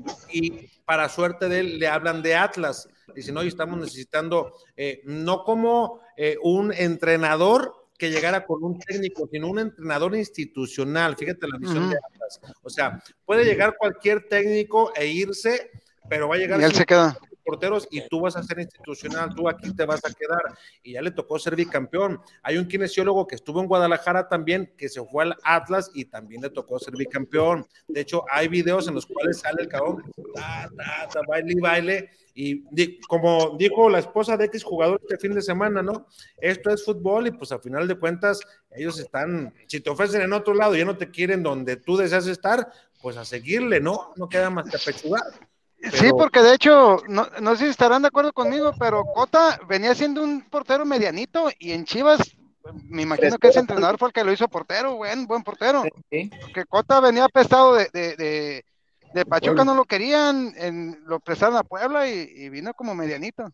Speaker 2: y para suerte de él le hablan de Atlas, dicen, oye, estamos necesitando, eh, no como eh, un entrenador que llegara con un técnico, sino un entrenador institucional, fíjate la visión uh-huh. de Atlas, o sea, puede llegar cualquier técnico e irse, pero va a llegar
Speaker 5: y él se queda
Speaker 2: porteros y tú vas a ser institucional, tú aquí te vas a quedar, y ya le tocó ser bicampeón. Hay un kinesiólogo que estuvo en Guadalajara también, que se fue al Atlas y también le tocó ser bicampeón. De hecho, hay videos en los cuales sale el cabrón, ta, ta, ta, baile y baile, Y di, como dijo la esposa de X jugador este fin de semana, ¿no? Esto es fútbol y pues al final de cuentas ellos están, si te ofrecen en otro lado y ya no te quieren donde tú deseas estar, pues a seguirle, ¿no? No queda más que apechugar. Pero...
Speaker 5: Sí, porque de hecho, no, no sé si estarán de acuerdo conmigo, pero Cota venía siendo un portero medianito y en Chivas, me imagino que ese entrenador fue el que lo hizo portero, buen, buen portero.
Speaker 4: Sí.
Speaker 5: Porque Cota venía apestado de, de, de, de Pachuca, no lo querían, en, lo prestaron a Puebla y, y vino como medianito.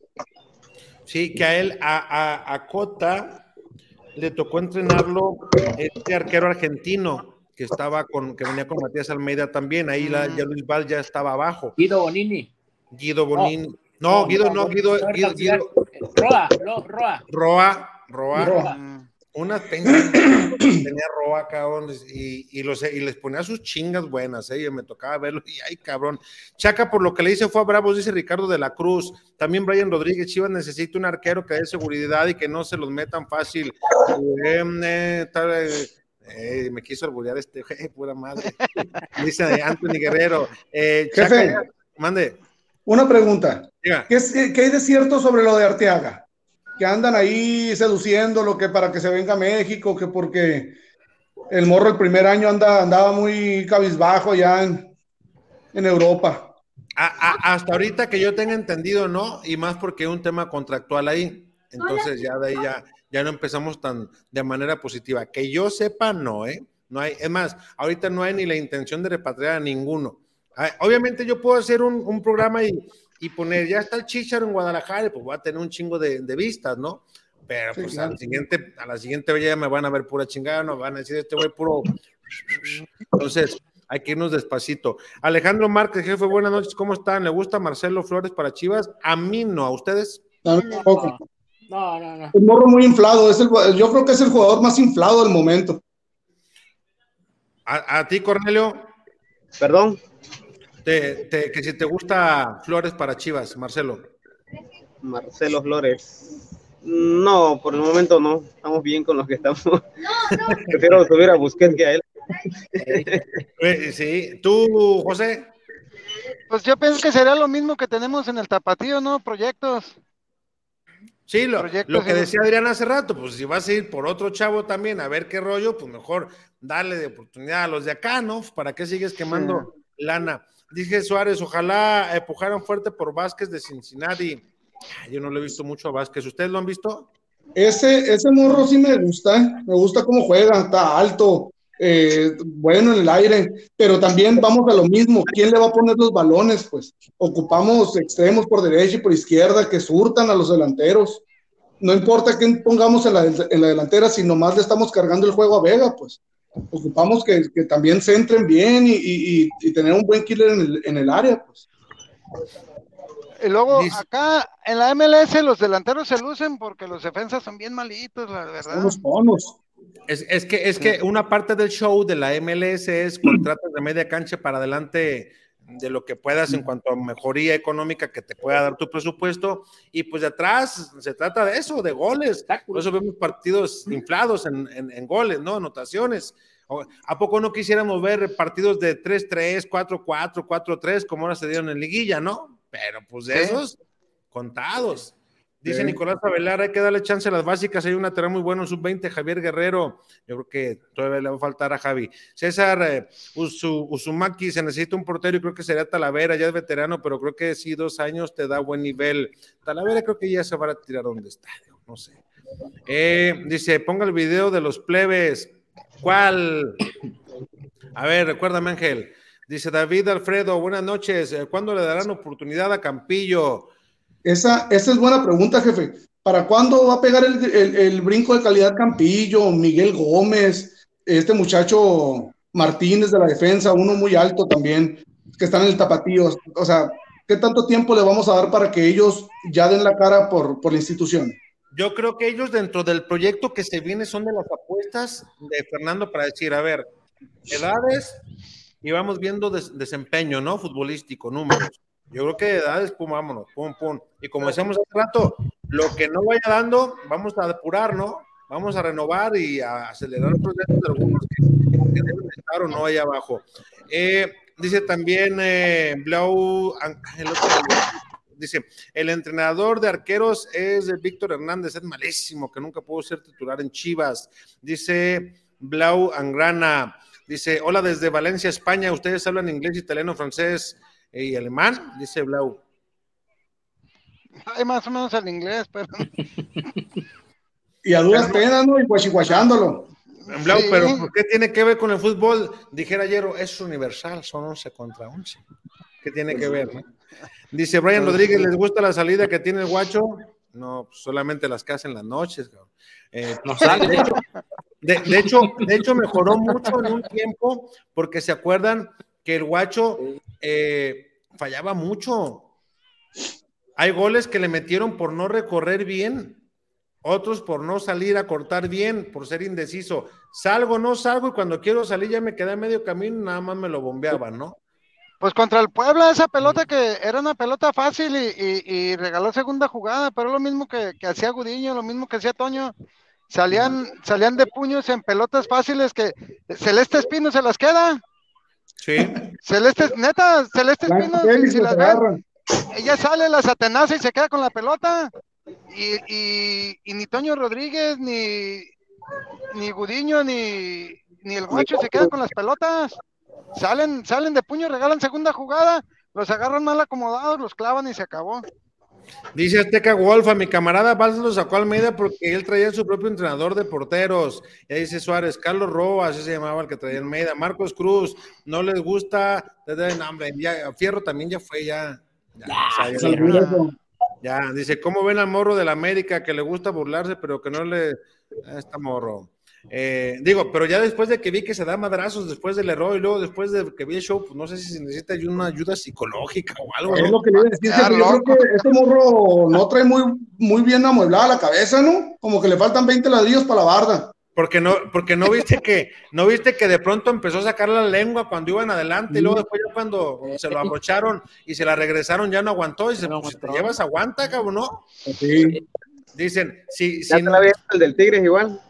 Speaker 2: Sí, que a él, a, a, a Cota le tocó entrenarlo este arquero argentino que estaba con, que venía con Matías Almeida también, ahí la, ya Luis Val ya estaba abajo.
Speaker 4: Guido Bonini.
Speaker 2: Guido Bonini. No, no Guido no, no Guido, no, Guido, Guido.
Speaker 4: Roa, no, Roa.
Speaker 2: Roa, Roa.
Speaker 4: Roa.
Speaker 2: Unas peñas tenía Roa, cabrón, y, y, los, y les ponía sus chingas buenas, ¿eh? Y me tocaba verlo, y ay, cabrón. Chaca, por lo que le hice fue a Bravos, dice Ricardo de la Cruz. También Brian Rodríguez, Chivas necesita un arquero que dé seguridad y que no se los metan fácil. Eh, eh, tal, eh, Eh, me quiso alburear este, eh, pura madre. Dice Anthony Guerrero. Eh,
Speaker 9: Jefe,
Speaker 2: Chaca, mande.
Speaker 9: Una pregunta.
Speaker 2: Diga.
Speaker 9: ¿Qué, es, ¿Qué hay de cierto sobre lo de Arteaga? Que andan ahí seduciéndolo, que para que se venga a México, que porque el morro el primer año anda, andaba muy cabizbajo allá en, en Europa.
Speaker 2: A, a, hasta ahorita que yo tenga entendido, ¿no? Y más porque hay un tema contractual ahí. Entonces ya de ahí ya... ya no empezamos tan de manera positiva. Que yo sepa, no, ¿eh? No hay, es más, ahorita no hay ni la intención de repatriar a ninguno. Obviamente yo puedo hacer un, un programa y, y poner, ya está el Chícharo en Guadalajara, y pues voy a tener un chingo de, de vistas, ¿no? Pero pues sí, claro. al siguiente, a la siguiente vez ya me van a ver pura chingada, no van a decir, este güey puro... Entonces, hay que irnos despacito. Alejandro Márquez, jefe, buenas noches, ¿cómo están? ¿Le gusta Marcelo Flores para Chivas? A mí no, ¿a ustedes?
Speaker 9: No, tampoco.
Speaker 4: No, no, no.
Speaker 9: Un morro muy inflado, es el, yo creo que es el jugador más inflado del momento.
Speaker 2: ¿A, a ti, Cornelio?
Speaker 6: Perdón.
Speaker 2: Te, te, que si te gusta Flores para Chivas, Marcelo.
Speaker 6: Marcelo Flores. No, por el momento no. Estamos bien con los que estamos. No, no. Prefiero subir a Busquets que a él.
Speaker 2: Eh, sí. ¿Tú, José?
Speaker 5: Pues yo pienso que sería lo mismo que tenemos en el Tapatío, ¿no? Proyectos.
Speaker 2: Sí, lo, lo que decía Adrián hace rato, pues si vas a ir por otro chavo también a ver qué rollo, pues mejor darle de oportunidad a los de acá, ¿no? ¿Para qué sigues quemando sí. lana? Dije Suárez, ojalá empujaran fuerte por Vázquez de Cincinnati. Yo no lo he visto mucho a Vázquez, ¿ustedes lo han visto?
Speaker 9: Ese, ese morro sí me gusta, ¿eh? Me gusta cómo juega, está alto, eh, bueno en el aire, pero también vamos a lo mismo, ¿quién le va a poner los balones? Pues ocupamos extremos por derecha y por izquierda que surtan a los delanteros, no importa quién pongamos en la, en la delantera, si nomás le estamos cargando el juego a Vega, pues ocupamos que, que también se entren bien y, y, y tener un buen killer en el, en el área, pues.
Speaker 5: Y luego acá en la M L S los delanteros se lucen porque los defensas son bien malitos, la verdad.
Speaker 9: Son los bonos.
Speaker 2: Es, es que, es que una parte del show de la M L S es contratos de media cancha para adelante de lo que puedas en cuanto a mejoría económica que te pueda dar tu presupuesto, y pues de atrás se trata de eso, de goles. Por eso vemos partidos inflados en, en, en goles, ¿no? Anotaciones. ¿A poco no quisiéramos ver partidos de tres tres, cuatro cuatro, cuatro tres como ahora se dieron en liguilla, ¿no? Pero pues de esos, contados. Dice sí. Nicolás Avelar, hay que darle chance a las básicas, hay una tarea muy buena en sub veinte, Javier Guerrero, yo creo que todavía le va a faltar a Javi. César eh, Usu, Uzumaki, se necesita un portero y creo que sería Talavera, ya es veterano, pero creo que sí, dos años te da buen nivel. Talavera creo que ya se va a tirar donde está, no sé. Eh, dice, ponga el video de los plebes. ¿Cuál? A ver, recuérdame, Ángel. Dice David Alfredo, buenas noches, ¿cuándo le darán oportunidad a Campillo?
Speaker 9: Esa, esa es buena pregunta, jefe. ¿Para cuándo va a pegar el, el, el brinco de calidad Campillo, Miguel Gómez, este muchacho Martínez de la defensa, uno muy alto también, que están en el Tapatío? O sea, ¿qué tanto tiempo le vamos a dar para que ellos ya den la cara por, por la institución?
Speaker 2: Yo creo que ellos dentro del proyecto que se viene son de las apuestas de Fernando para decir, a ver, edades y vamos viendo des, desempeño, ¿no? Futbolístico, números. Yo creo que de edades, pum, vámonos, pum, pum. Y como decíamos hace rato, lo que no vaya dando, vamos a depurar, ¿no? Vamos a renovar y a acelerar el proceso de algunos que, que deben estar o no allá abajo. Eh, dice también eh, Blau, el otro, dice, el entrenador de arqueros es de Víctor Hernández, es malísimo, que nunca pudo ser titular en Chivas. Dice Blau Angrana, dice, hola desde Valencia, España, ¿ustedes hablan inglés, italiano, francés y alemán? Dice Blau.
Speaker 5: Hay más o menos el inglés, pero...
Speaker 9: Y a duras penas, ¿no? Y guachihuachándolo.
Speaker 2: Blau,
Speaker 5: Sí.
Speaker 2: pero ¿por qué tiene que ver con el fútbol? Dijera ayer, es universal, son once contra once. ¿Qué tiene que ver, no? Dice Brian Rodríguez, ¿les gusta la salida que tiene el Guacho? No, pues solamente las que hacen las noches. Eh,
Speaker 4: No sale.
Speaker 2: de, hecho, de, de, hecho, de hecho, mejoró mucho en un tiempo, porque se acuerdan que el Guacho eh, fallaba mucho. Hay goles que le metieron por no recorrer bien, otros por no salir a cortar bien, por ser indeciso. Salgo, no salgo, y cuando quiero salir ya me quedé a medio camino, nada más me lo bombeaban, ¿no?
Speaker 5: Pues contra el Puebla, esa pelota que era una pelota fácil y, y, y regaló segunda jugada, pero lo mismo que, que hacía Gudiño, lo mismo que hacía Toño. Salían, salían de puños en pelotas fáciles que Celeste Espino se las queda.
Speaker 2: Sí.
Speaker 5: Celeste, neta, Celeste Espino, si, si las ven, ella sale, las atenaza y se queda con la pelota. Y, y, y ni Toño Rodríguez, ni, ni Gudiño, ni, ni el Guacho se quedan con las pelotas. Salen, salen de puño, regalan segunda jugada, los agarran mal acomodados, los clavan y se acabó.
Speaker 2: Dice Azteca Wolf, a mi camarada Valls lo sacó a Almeida porque él traía su propio entrenador de porteros. Y ahí dice Suárez, Carlos Roa, así se llamaba el que traía Almeida. Marcos Cruz, no les gusta, no, hombre, ya, Fierro también ya fue, ya. Ya, ya, o sea, ya, ya, ya, dice, ¿cómo ven al morro del América que le gusta burlarse, pero que no le... Está morro. Eh, digo, pero ya después de que vi que se da madrazos después del error y luego después de que vi el show, pues no sé si necesita una ayuda psicológica o algo, ¿no?
Speaker 9: Es lo que le iba a decir, que yo creo que este morro no trae muy, muy bien amueblada la cabeza, ¿no? Como que le faltan veinte ladrillos para la barda.
Speaker 2: Porque no, porque no viste que, no viste que de pronto empezó a sacar la lengua cuando iban adelante, y luego después ya cuando se lo abrocharon y se la regresaron ya no aguantó, y se, pues, si te llevas aguanta, cabrón, ¿no?
Speaker 9: Sí.
Speaker 2: Dicen, si,
Speaker 6: Ya
Speaker 2: si
Speaker 6: te la vi el del Tigres igual.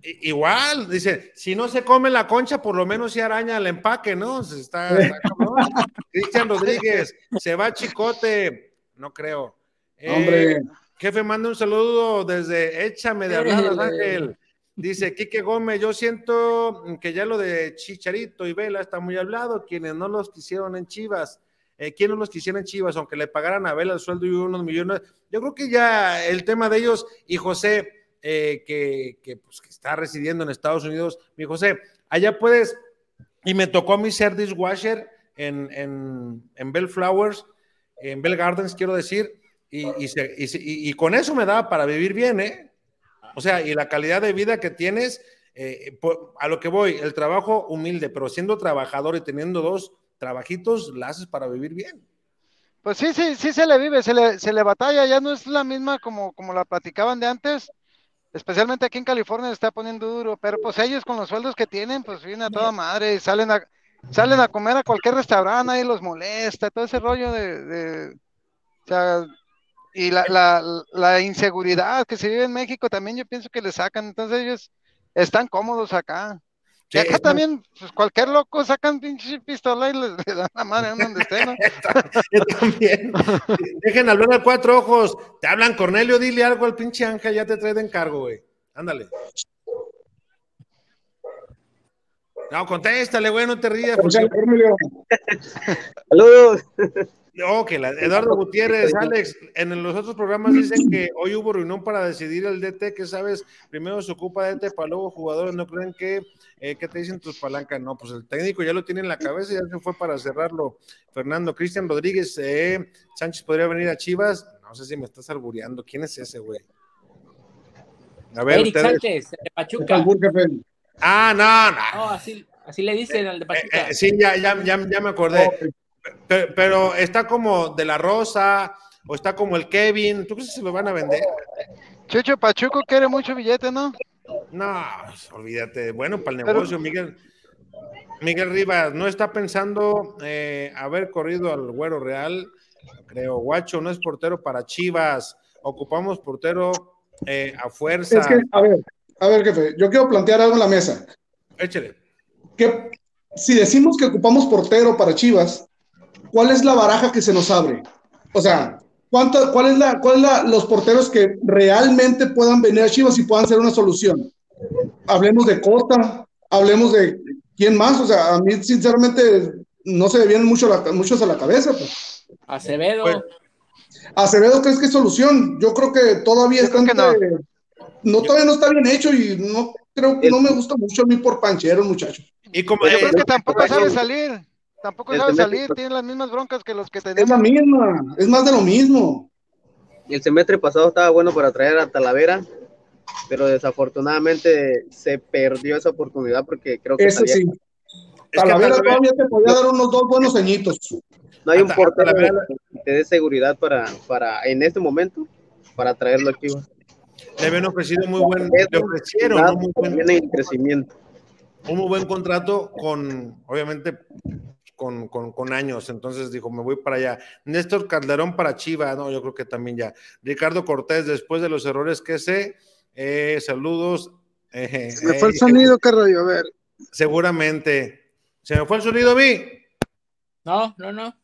Speaker 2: Igual, dice, si no se come la concha, por lo menos se araña el empaque, ¿no? Está, está cabrón. Cristian Rodríguez, se va Chicote, no creo. Eh,
Speaker 9: Hombre.
Speaker 2: Jefe, manda un saludo desde Échame de hablar, Ángel. Dice Quique Gómez, yo siento que ya lo de Chicharito y Vela está muy hablado, quienes no los quisieron en Chivas. Eh, ¿Quién no los quisiera en Chivas? Aunque le pagaran a Vela el sueldo y unos millones. Yo creo que ya el tema de ellos, y José, eh, que, que, pues, que está residiendo en Estados Unidos, mi José, allá puedes, y me tocó a mí ser dishwasher en, en, en Bellflowers, en Bell Gardens, quiero decir, y, y, se, y, y, y con eso me daba para vivir bien, ¿eh? O sea, y la calidad de vida que tienes, eh, a lo que voy, el trabajo humilde, pero siendo trabajador y teniendo dos trabajitos, la haces para vivir bien.
Speaker 5: Pues sí, sí, sí se le vive, se le, se le batalla, ya no es la misma como, como la platicaban de antes, especialmente aquí en California se está poniendo duro, pero pues ellos con los sueldos que tienen, pues vienen a toda madre, y salen a, salen a comer a cualquier restaurante, ahí los molesta, todo ese rollo de, de o sea, y la, la, la inseguridad que se vive en México también yo pienso que le sacan, entonces ellos están cómodos acá.
Speaker 2: Sí,
Speaker 5: y acá
Speaker 2: es
Speaker 5: también, pues cualquier loco sacan pinche pistola y les, les dan la madre en donde estén, ¿no?
Speaker 2: Yo también. Dejen hablar al Cuatro Ojos. Te hablan, Cornelio, dile algo al pinche Ángel, ya te trae de encargo, güey. Ándale. No, contéstale, güey, no te rías. Porque...
Speaker 6: Saludos.
Speaker 2: No, que la, Eduardo Gutiérrez, Alex, en los otros programas dicen que hoy hubo reunión para decidir el D T, que sabes, primero se ocupa D T para luego jugadores, ¿no creen que, eh, qué te dicen tus palancas? No, pues el técnico ya lo tiene en la cabeza, ya se fue para cerrarlo. Fernando, Cristian Rodríguez, eh, Sánchez podría venir a Chivas, no sé si me estás albureando, ¿quién es ese, güey? A ver,
Speaker 4: Eric
Speaker 2: ustedes...
Speaker 4: Sánchez, de Pachuca.
Speaker 2: Ah, no, no.
Speaker 4: No, así, así le dicen al de Pachuca.
Speaker 2: Eh, eh, sí, ya, ya, ya, ya me acordé.
Speaker 9: Okay.
Speaker 2: Pero, pero está como De La Rosa, o está como el Kevin. ¿Tú crees que se lo van a vender?
Speaker 5: Chucho Pachuco quiere mucho billete, ¿no?
Speaker 2: No, olvídate. Bueno, para el negocio, pero... Miguel Miguel Rivas, ¿no está pensando eh, haber corrido al Güero Real? Creo, Guacho no es portero para Chivas. Ocupamos portero eh, a fuerza.
Speaker 9: Es que, a ver, a ver, jefe, yo quiero plantear algo en la mesa.
Speaker 2: Échale.
Speaker 9: Que si decimos que ocupamos portero para Chivas, ¿cuál es la baraja que se nos abre? O sea, ¿cuánto, cuál es la, cuál es la, los porteros que realmente puedan venir a Chivas y puedan ser una solución? Hablemos de Cota, hablemos de quién más, o sea, a mí sinceramente no se me vienen mucho la, muchos a la cabeza. Pues.
Speaker 4: Acevedo.
Speaker 2: Pues,
Speaker 9: Acevedo, ¿crees que es solución? Yo creo que todavía
Speaker 5: Yo
Speaker 9: está
Speaker 5: creo que no.
Speaker 9: entre- no, todavía no está bien hecho y no creo que no me gusta mucho a mí por panchero, muchacho.
Speaker 2: y como
Speaker 5: Yo
Speaker 2: eh,
Speaker 5: creo que tampoco
Speaker 6: pues,
Speaker 5: sabe
Speaker 6: sí.
Speaker 5: salir. Tampoco
Speaker 6: El
Speaker 5: sabe
Speaker 6: semestre
Speaker 5: salir. Tiene las mismas broncas que los que
Speaker 9: Es la
Speaker 5: tenemos.
Speaker 9: misma, es más de lo mismo.
Speaker 6: El semestre pasado estaba bueno para traer a Talavera, pero desafortunadamente se perdió esa oportunidad porque creo que
Speaker 9: Eso
Speaker 6: salía.
Speaker 9: sí.
Speaker 2: es que
Speaker 9: Talavera
Speaker 2: Talavera-
Speaker 9: todavía te podía dar unos dos buenos añitos.
Speaker 6: No hay un
Speaker 2: a
Speaker 6: portero
Speaker 2: Talavera
Speaker 6: que te dé seguridad para, para en este momento para traerlo aquí.
Speaker 2: le habían ofrecido muy buen, le ofrecieron un muy buen,
Speaker 6: Viene en crecimiento.
Speaker 2: un muy buen contrato con, obviamente, con, con, con años, entonces dijo, me voy para allá. Néstor Calderón para Chivas, no, yo creo que también ya. Ricardo Cortés, después de los errores que sé, eh, saludos. Eh,
Speaker 10: Se me fue el
Speaker 2: eh,
Speaker 10: sonido, qué rollo, a ver.
Speaker 2: Seguramente. ¿Se me fue el sonido a mí?
Speaker 4: No, no, no.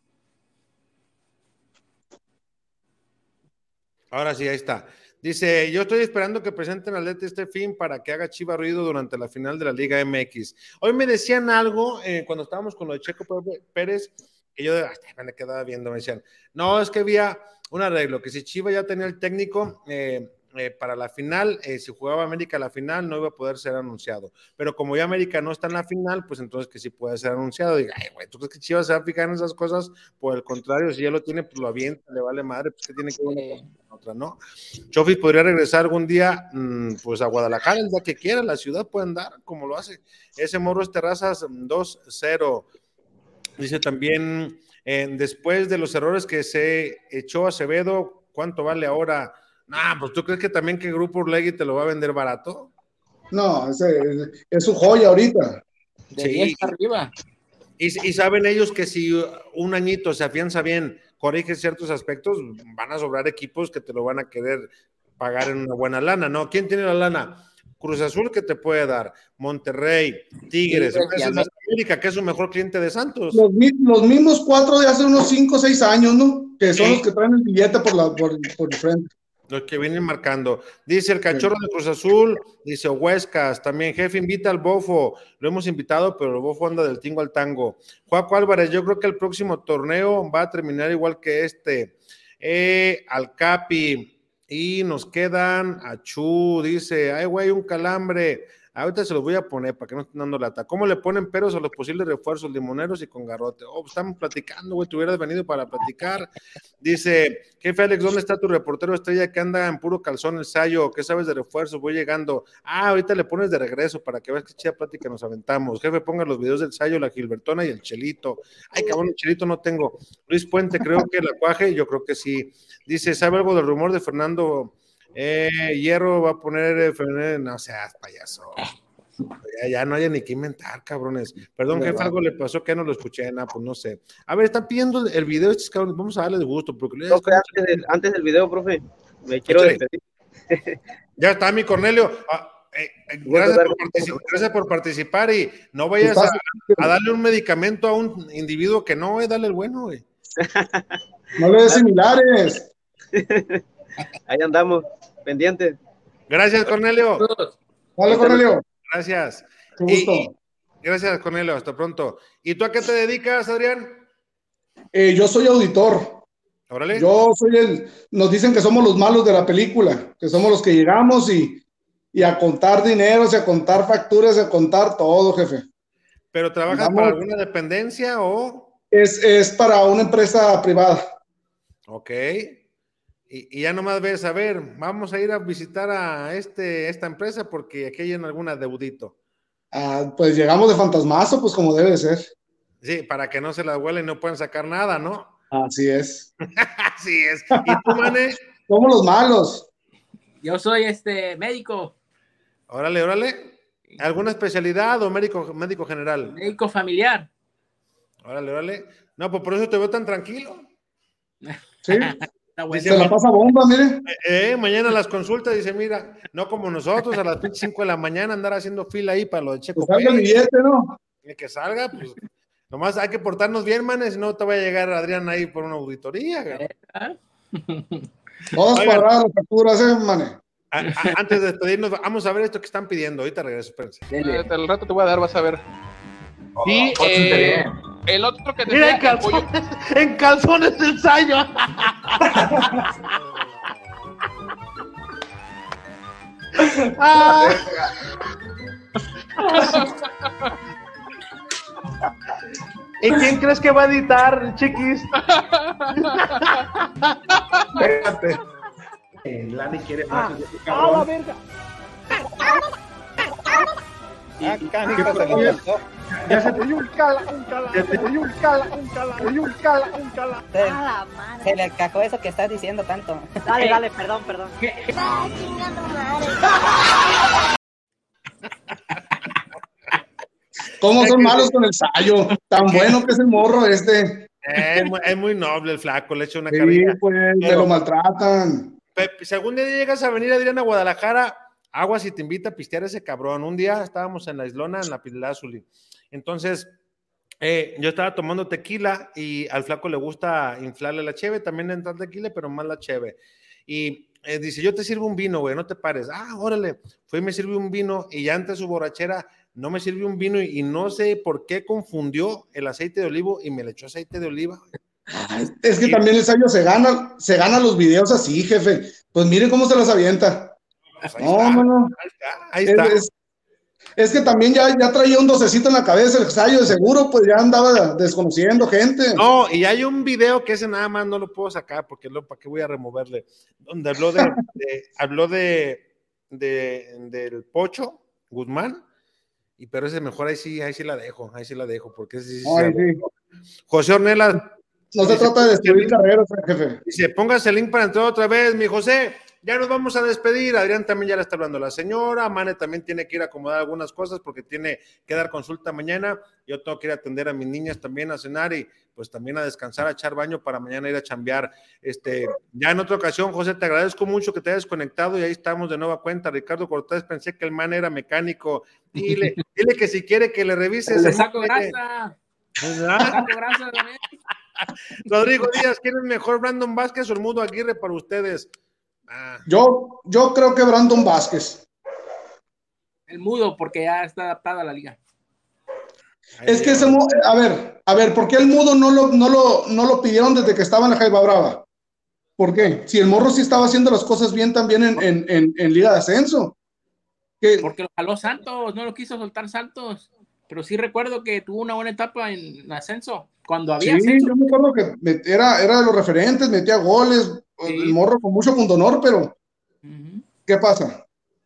Speaker 2: Ahora sí, ahí está. Dice, yo estoy esperando que presenten al Leti este fin para que haga Chiva ruido durante la final de la Liga M X. Hoy me decían algo, eh, cuando estábamos con lo de Checo Pérez, que yo hasta me quedaba viendo, me decían, no, es que había un arreglo, que si Chiva ya tenía el técnico eh, eh, para la final, eh, si jugaba América la final, no iba a poder ser anunciado. Pero como ya América no está en la final, pues entonces que sí puede ser anunciado. Diga, ay, güey, ¿tú crees que Chivas se va a fijar en esas cosas? Por el contrario, si ya lo tiene, pues lo avienta, le vale madre, pues que tiene que ver una con otra, ¿no? Chofis podría regresar algún día, mmm, pues a Guadalajara, el día que quiera, la ciudad puede andar como lo hace. Ese Morro es Terrazas dos cero. Dice también, eh, después de los errores que se echó Acevedo, ¿cuánto vale ahora? Nah, pues ¿tú crees que también que Grupo Urlegui te lo va a vender barato?
Speaker 9: No, ese, es su joya ahorita.
Speaker 4: De
Speaker 2: Sí.
Speaker 4: diez arriba.
Speaker 2: Y, y saben ellos que si un añito se afianza bien, corrige ciertos aspectos, van a sobrar equipos que te lo van a querer pagar en una buena lana, ¿no? ¿Quién tiene la lana? Cruz Azul, que te puede dar, Monterrey, Tigres,
Speaker 4: Tigres,
Speaker 2: es América. América, que es su mejor cliente de Santos.
Speaker 9: Los, los mismos cuatro de hace unos cinco o seis años, ¿no? Que son
Speaker 2: Sí.
Speaker 9: los que traen el billete por, la, por, por el frente.
Speaker 2: Los que vienen marcando. Dice el cachorro de Cruz Azul, dice Huescas, también jefe invita al Bofo, lo hemos invitado, pero el Bofo anda del tingo al tango. Juaco Álvarez, yo creo que el próximo torneo va a terminar igual que este. Eh, al Capi, y nos quedan a Chu, dice, ay güey, un calambre. Ahorita se los voy a poner para que no estén dando lata. ¿Cómo le ponen peros a los posibles refuerzos limoneros y con garrote? Oh, pues estamos platicando, güey, te hubieras venido para platicar. Dice, jefe Alex, ¿dónde está tu reportero estrella que anda en puro calzón ensayo? ¿Qué sabes de refuerzos? Voy llegando. Ah, ahorita le pones de regreso para que veas qué chida plática nos aventamos. Jefe, ponga los videos del ensayo, la Gilbertona y el Chelito. Ay, cabrón, el Chelito no tengo. Luis Puente, creo que la cuaje, yo creo que sí. Dice, ¿sabe algo del rumor de Fernando? Eh, Hierro va a poner, eh, no seas payaso. Ya, ya no hay ni que inventar, cabrones. Perdón, jefe, algo le pasó que no lo escuché, nada, pues no sé. A ver, están pidiendo el video estos cabrones, vamos a darle de gusto. Porque
Speaker 6: Profe, antes, del, antes del video, profe, me quiero
Speaker 2: Échale.
Speaker 6: despedir.
Speaker 2: Ya está mi Cornelio. Ah, eh, eh, gracias, por participar, gracias por participar y no vayas a, a darle un medicamento a un individuo que no, eh, dale el bueno, güey.
Speaker 9: No le des similares.
Speaker 6: Ahí andamos, pendientes.
Speaker 2: Gracias, Cornelio.
Speaker 9: Dale, Cornelio.
Speaker 2: Gracias.
Speaker 9: Qué gusto.
Speaker 2: Y, y, gracias, Cornelio. Hasta pronto. ¿Y tú a qué te dedicas, Adrián?
Speaker 9: Eh, yo soy auditor.
Speaker 2: Órale.
Speaker 9: Yo soy el. Nos dicen que somos los malos de la película, que somos los que llegamos y, y a contar dineros, y a contar facturas, y a contar todo, jefe.
Speaker 2: ¿Pero trabajas
Speaker 9: Vamos.
Speaker 2: para alguna dependencia o...?
Speaker 9: Es, es para una empresa privada.
Speaker 2: Ok. Y, y ya nomás ves, a ver, vamos a ir a visitar a este, esta empresa porque aquí hay alguna deudito.
Speaker 9: Ah, pues llegamos de fantasmazo, pues como debe de ser.
Speaker 2: Sí, para que no se la huela y no puedan sacar nada, ¿no?
Speaker 9: Así es.
Speaker 2: Así es. ¿Y tú, Mane?
Speaker 9: Somos los malos.
Speaker 4: Yo soy este médico.
Speaker 2: Órale, órale. ¿Alguna especialidad o médico, médico general?
Speaker 4: Médico familiar.
Speaker 2: Órale, órale. No, pues por eso te veo tan tranquilo.
Speaker 9: Sí.
Speaker 4: Está bueno.
Speaker 9: Se la pasa bomba, mire.
Speaker 2: Eh, eh, mañana las consultas, dice, mira, no como nosotros a las cinco de la mañana andar haciendo fila ahí para lo de Checo
Speaker 9: Que salga el
Speaker 2: Pérez.
Speaker 9: billete, ¿no?
Speaker 2: Y que salga, pues, nomás hay que portarnos bien, manes, si no te va a llegar Adrián ahí por una auditoría. güey.
Speaker 4: ¿Ah?
Speaker 9: Todas
Speaker 2: Oigan.
Speaker 9: cuadradas las facturas, eh, mané.
Speaker 2: A- a- antes de despedirnos, vamos a ver esto que están pidiendo. Ahorita regreso, espérense.
Speaker 10: Eh, Al rato te voy a dar, vas a ver. Sí,
Speaker 11: Oh,
Speaker 10: eh, el otro que
Speaker 12: Mira,
Speaker 10: decía,
Speaker 12: en
Speaker 10: el pollo-
Speaker 12: calzones, en calzones de ensayo. Ah. ¿Y quién crees que va a editar, chiquis?
Speaker 11: Espérate. Eh, Lani quiere más. de ese
Speaker 12: ¡A
Speaker 11: cabrón.
Speaker 12: la verga!
Speaker 11: Y- y-
Speaker 13: Cánica,
Speaker 11: ¿qué
Speaker 13: se
Speaker 11: pasó?
Speaker 13: le cortó.
Speaker 11: Ya se
Speaker 12: Oye, un cala, un cala, oye, un cala, un cala, oye, un cala, un cala.
Speaker 14: Se, se le cagó eso que estás diciendo tanto.
Speaker 15: Dale, dale, perdón, perdón.
Speaker 9: ¿Cómo son malos con el sayo? Tan bueno que es el morro este.
Speaker 2: Eh, es, muy, es muy noble el flaco, le echa una
Speaker 9: Sí,
Speaker 2: carrilla.
Speaker 9: pues, me
Speaker 2: Pero-
Speaker 9: lo maltratan.
Speaker 2: Pepe, si algún día llegas a venir, Adrián, a Guadalajara, aguas y te invita a pistear ese cabrón. Un día estábamos en la Islona, en la Pilar Azul. Entonces, eh, yo estaba tomando tequila y al flaco le gusta inflarle la cheve, también le entra el tequila, pero más la cheve. Y eh, dice, yo te sirvo un vino, güey, no te pares. Ah, órale. Fue y me sirvió un vino y ya antes de su borrachera no me sirvió un vino y, y no sé por qué confundió el aceite de olivo y me le echó aceite de oliva.
Speaker 9: Es que también el sayo se gana, se gana los videos así, jefe. Pues mire cómo se los avienta.
Speaker 2: Pues ahí
Speaker 9: No,
Speaker 2: está,
Speaker 9: no, no.
Speaker 2: ahí está, ahí
Speaker 9: Es,
Speaker 2: está.
Speaker 9: es- es que también ya, ya traía un docecito en la cabeza el sayo, de seguro, pues ya andaba desconociendo gente.
Speaker 2: No, y hay un video que ese nada más no lo puedo sacar porque lo, ¿para qué voy a removerle? Donde habló de, de- habló de, de- del Pocho Guzmán, y pero ese mejor ahí sí, ahí sí la dejo, ahí sí la dejo, porque ese sí,
Speaker 9: Ay,
Speaker 2: se-
Speaker 9: sí.
Speaker 2: José Ornella
Speaker 9: No se
Speaker 2: dice,
Speaker 9: trata de destruir carreras, jefe.
Speaker 2: dice, póngase el link para entrar otra vez, mi José. Ya nos vamos a despedir. Adrián también ya le está hablando la señora. Mane también tiene que ir a acomodar algunas cosas porque tiene que dar consulta mañana. Yo tengo que ir a atender a mis niñas también a cenar y pues también a descansar, a echar baño para mañana ir a chambear. Este, ya en otra ocasión, José, te agradezco mucho que te hayas conectado y ahí estamos de nueva cuenta. Ricardo Cortés, pensé que el man era mecánico. Dile, dile que si quiere que le revises.
Speaker 4: Le
Speaker 2: el
Speaker 4: saco
Speaker 2: mofle.
Speaker 4: grasa.
Speaker 2: ¿Verdad?
Speaker 4: Le saco grasa también.
Speaker 2: Rodrigo Díaz, ¿quién es mejor, Brandon Vázquez o el Mudo Aguirre para ustedes? Ah,
Speaker 9: Yo, yo creo que Brandon Vázquez.
Speaker 4: El mudo, porque ya está adaptada a la liga.
Speaker 9: Es que ese, mu- a ver, a ver, ¿por qué el mudo no lo, no lo, no lo pidieron desde que estaba en la Jaiba Brava? ¿Por qué? Si el morro sí estaba haciendo las cosas bien también en, en, en, en Liga de Ascenso. ¿Qué?
Speaker 4: Porque lo jaló Santos, no lo quiso soltar Santos. Pero sí recuerdo que tuvo una buena etapa en ascenso. Cuando había
Speaker 9: Sí,
Speaker 4: ascenso.
Speaker 9: yo me acuerdo que met- era, era de los referentes, metía goles, el morro con mucho punto honor, pero ¿qué pasa?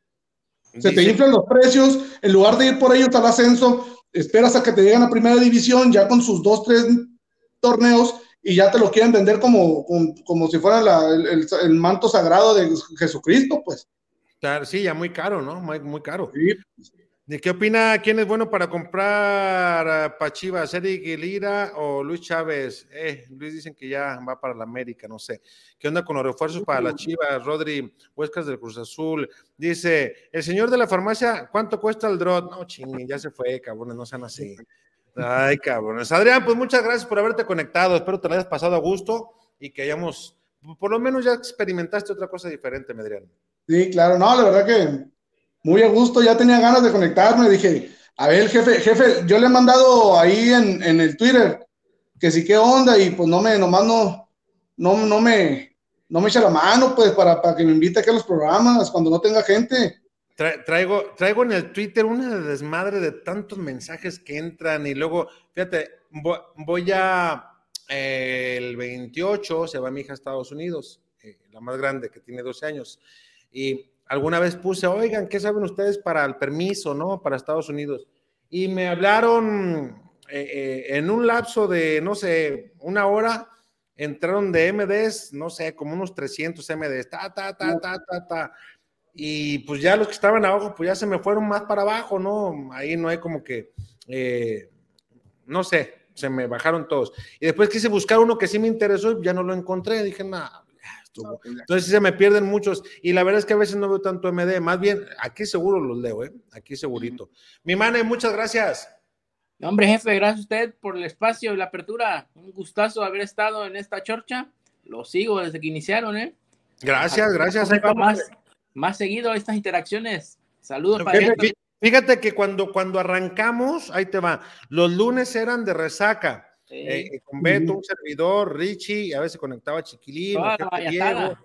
Speaker 9: Se te
Speaker 2: Dice-
Speaker 9: inflan los precios, en lugar de ir por ellos al ascenso, esperas a que te lleguen a primera división ya con sus dos, tres torneos y ya te lo quieren vender como, como, como si fuera la- el, el- el manto sagrado de Jesucristo, pues.
Speaker 2: Claro, sí, ya muy caro, ¿no? Muy, muy caro. ¿De qué opina? ¿Quién es bueno para comprar para Chivas? ¿Eric Lira o Luis Chávez? Eh, Luis dicen que ya va para la América, no sé. ¿Qué onda con los refuerzos para las Chivas? Rodri Huescas del Cruz Azul. Dice, el señor de la farmacia, ¿cuánto cuesta el drot? No, chinguen, ya se fue, cabrones, no sean así. Ay, cabrones. Adrián, pues muchas gracias por haberte conectado. Espero te lo hayas pasado a gusto y que hayamos, por lo menos ya experimentaste otra cosa diferente, mi Adrián.
Speaker 9: Sí, claro, no, la verdad que muy a gusto, ya tenía ganas de conectarme, dije, a ver, jefe, jefe, yo le he mandado ahí en, en el Twitter que sí, qué onda, y pues no me, nomás no, no, no me, no me echa la mano, pues, para, para que me invite aquí a los programas, cuando no tenga gente.
Speaker 2: Tra- traigo, traigo en el Twitter una desmadre de tantos mensajes que entran y luego, fíjate, voy, voy a, eh, el veintiocho se va mi hija a Estados Unidos, eh, la más grande, que tiene doce años, y alguna vez puse, oigan, ¿qué saben ustedes para el permiso, no? Para Estados Unidos. Y me hablaron eh, eh, en un lapso de, no sé, una hora, entraron de M Ds, no sé, como unos trescientos M Ds, ta, ta, ta, ta, ta, ta. Y pues ya los que estaban abajo, pues ya se me fueron más para abajo, ¿no? Ahí no hay como que, eh, no sé, se me bajaron todos. Y después quise buscar uno que sí me interesó y ya no lo encontré. Dije, nada. Entonces sí se me pierden muchos y la verdad es que a veces no veo tanto M D, más bien aquí seguro los leo, ¿eh? Aquí segurito. Mi Mane, muchas gracias.
Speaker 4: Hombre, jefe, gracias a usted por el espacio y la apertura. Un gustazo haber estado en esta chorcha Lo sigo desde que iniciaron, ¿eh?
Speaker 2: Gracias, gracias. Ahí vamos.
Speaker 4: Más, más seguido estas interacciones. Saludos para
Speaker 2: Fíjate,
Speaker 4: allá.
Speaker 2: fíjate que cuando, cuando arrancamos, ahí te va, los lunes eran de resaca,
Speaker 4: Sí.
Speaker 2: eh, con Beto, un servidor, Richie, a veces conectaba Chiquilín,
Speaker 4: Toda
Speaker 2: jefe
Speaker 4: la
Speaker 2: Diego,
Speaker 4: vallatada.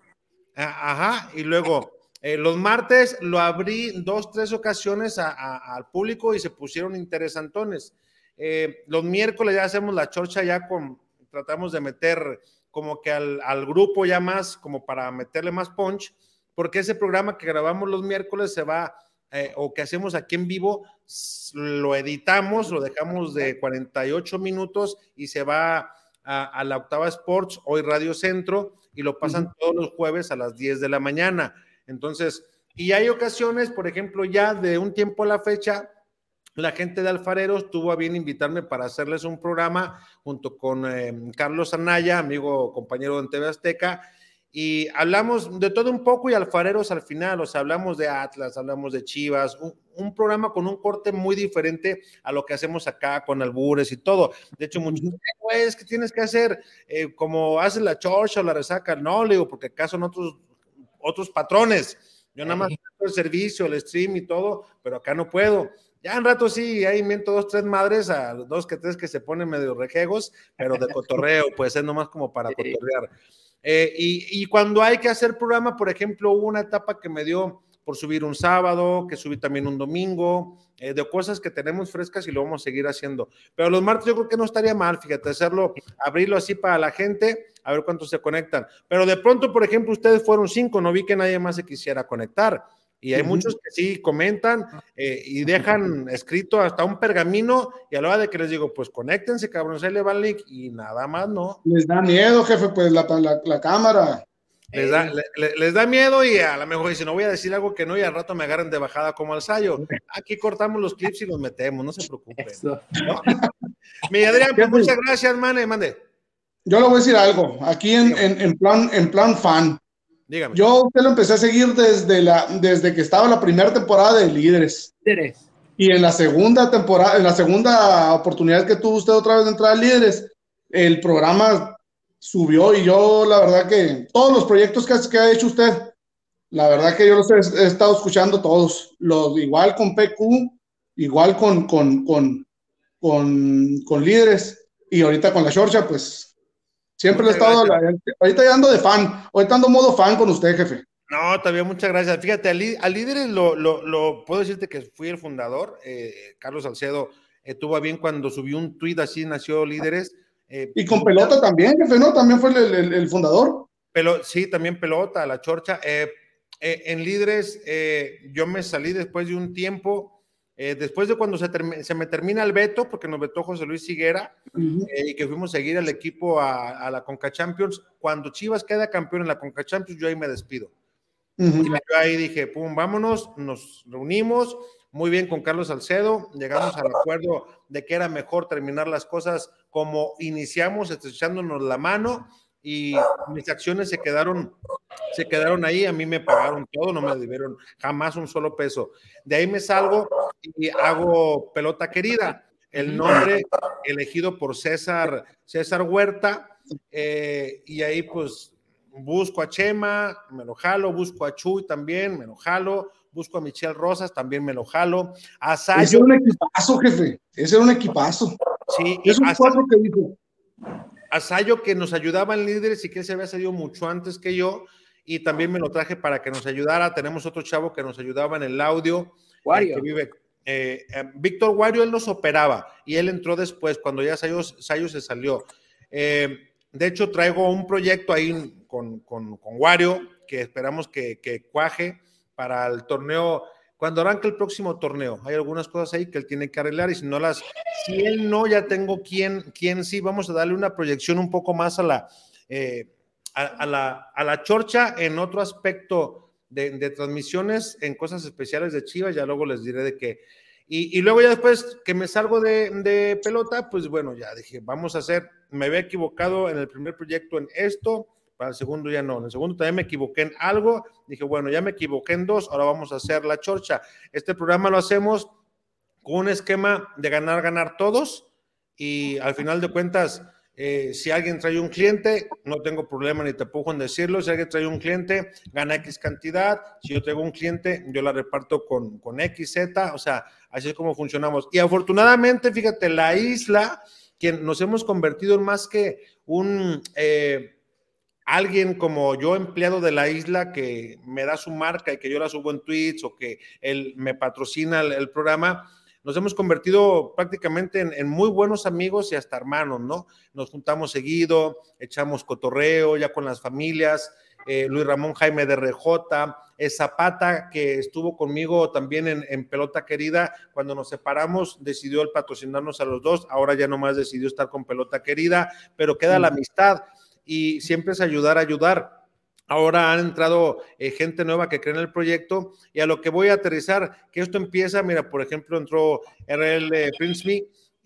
Speaker 2: a- ajá, y luego eh, los martes lo abrí dos, tres ocasiones a- a- al público y se pusieron interesantones. Eh, los miércoles ya hacemos la chorcha ya con, tratamos de meter como que al, al grupo ya más, como para meterle más punch, porque ese programa que grabamos los miércoles se va, eh, o que hacemos aquí en vivo, s- lo editamos, lo dejamos de cuarenta y ocho minutos y se va a, a la Octava Sports, hoy Radio Centro, y lo pasan uh-huh. todos los jueves a las diez de la mañana. Entonces, y hay ocasiones, por ejemplo, ya de un tiempo a la fecha, la gente de Alfareros tuvo a bien invitarme para hacerles un programa junto con eh, Carlos Anaya, amigo, compañero en T V Azteca, y hablamos de todo un poco y Alfareros al final, o sea, hablamos de Atlas, hablamos de Chivas, un, un programa con un corte muy diferente a lo que hacemos acá con albures y todo. De hecho, muchos dicen, güey, es que tienes que hacer eh, como hace la chorcha o la resaca. No, le digo, porque acá son otros, otros patrones. Yo nada más hago el servicio, el stream y todo, pero acá no puedo. Ya en rato sí, ahí invento dos, tres madres, a dos que tres que se ponen medio rejegos, pero de cotorreo, puede ser nomás como para cotorrear. Eh, y, y cuando hay que hacer programa, por ejemplo, hubo una etapa que me dio por subir un sábado, que subí también un domingo, eh, de cosas que tenemos frescas y lo vamos a seguir haciendo. Pero los martes yo creo que no estaría mal, fíjate, hacerlo, abrirlo así para la gente, a ver cuántos se conectan. Pero de pronto, por ejemplo, ustedes fueron cinco, no vi que nadie más se quisiera conectar. Y hay uh-huh. muchos que sí comentan eh, y dejan escrito hasta un pergamino, y a la hora de que les digo, pues conéctense, cabrón, se le va el link y nada más, ¿no?
Speaker 9: Les da miedo, jefe, pues la, la, la cámara.
Speaker 2: Les da, le, les da miedo y a lo mejor dicen, no voy a decir algo que no, y al rato me agarran de bajada como al Sayo. Aquí cortamos los clips y los metemos, no se preocupen. ¿No? Mi Adrián, pues muchas gracias, mane, mande.
Speaker 9: Yo le voy a decir algo, aquí en, en, en, plan, en plan fan.
Speaker 2: Dígame.
Speaker 9: Yo usted lo empecé a seguir desde, la, desde que estaba la primera temporada de Líderes.
Speaker 4: Líderes.
Speaker 9: Y en la segunda temporada, en la segunda oportunidad que tuvo usted otra vez de entrar a Líderes, el programa subió y yo la verdad que todos los proyectos que, que ha hecho usted, la verdad que yo los he, he estado escuchando todos, los, igual con P Q, igual con, con, con, con, con Líderes y ahorita con la Xorcha, pues siempre lo he estado, la, ahorita ya ando de fan, ahorita ando modo fan con usted, jefe.
Speaker 2: No, también muchas gracias. Fíjate, al, al Líderes lo, lo, lo puedo decirte que fui el fundador, eh, Carlos Salcedo eh, tuvo a bien cuando subió un tuit, así nació Líderes. Eh,
Speaker 9: y con Pelota también, jefe, ¿no? También fue el, el, el fundador.
Speaker 2: Pero sí, también Pelota, la Chorcha. Eh, eh, en Líderes eh, yo me salí después de un tiempo, eh, después de cuando se, term- se me termina el veto, porque nos vetó José Luis Higuera, uh-huh. eh, y que fuimos a seguir al equipo a, a la Conca Champions. Cuando Chivas queda campeón en la Conca Champions, yo ahí me despido. Uh-huh. Y yo ahí dije, pum, vámonos, nos reunimos, muy bien con Carlos Salcedo, llegamos al acuerdo de que era mejor terminar las cosas como iniciamos, estrechándonos la mano, y mis acciones se quedaron, se quedaron ahí, a mí me pagaron todo, no me debieron jamás un solo peso. De ahí me salgo y hago Pelota Querida, el nombre elegido por César, César Huerta, eh, y ahí pues busco a Chema, me lo jalo, busco a Chuy también, me lo jalo, busco a Michelle Rosas, también me lo jalo. A Sayo,
Speaker 9: ese era un equipazo, jefe, ese era un equipazo.
Speaker 2: Sí,
Speaker 9: es un cuatro que dijo.
Speaker 2: A Sayo, que nos ayudaba en Líderes y que él se había salido mucho antes que yo, y también me lo traje para que nos ayudara. Tenemos otro chavo que nos ayudaba en el audio, eh, que vive, eh, eh, Víctor Wario, él nos operaba, y él entró después, cuando ya Sayo, Sayo se salió. Eh, de hecho, traigo un proyecto ahí con, con, con Wario, que esperamos que, que cuaje para el torneo, cuando arranque el próximo torneo. Hay algunas cosas ahí que él tiene que arreglar, y si no las, si él no, ya tengo quien, quien sí, vamos a darle una proyección un poco más a la, eh, a, a la, a la Chorcha en otro aspecto de, de transmisiones, en cosas especiales de Chivas, ya luego les diré de qué. Y, y luego ya después que me salgo de, de Pelota, pues bueno, ya dije, vamos a hacer, me había equivocado en el primer proyecto en esto, para el segundo ya no, en el segundo también me equivoqué en algo, dije, bueno, ya me equivoqué en dos, ahora vamos a hacer la Chorcha. Este programa lo hacemos con un esquema de ganar, ganar todos, y al final de cuentas, Eh, si alguien trae un cliente, no tengo problema ni te pujo en decirlo. Si alguien trae un cliente, gana X cantidad. Si yo traigo un cliente, yo la reparto con, con X, Z. O sea, así es como funcionamos. Y afortunadamente, fíjate, la isla, que nos hemos convertido en más que un... Eh, alguien como yo, empleado de la isla, que me da su marca y que yo la subo en tweets o que él me patrocina el, el programa, nos hemos convertido prácticamente en, en muy buenos amigos y hasta hermanos, ¿no? Nos juntamos seguido, echamos cotorreo ya con las familias, eh, Luis Ramón Jaime de R J, eh, Zapata, que estuvo conmigo también en, en Pelota Querida, cuando nos separamos decidió el patrocinarnos a los dos, ahora ya nomás decidió estar con Pelota Querida, pero queda la amistad y siempre es ayudar a ayudar. Ahora han entrado eh, gente nueva que cree en el proyecto y a lo que voy a aterrizar, que esto empieza, mira, por ejemplo, entró R L Prince Me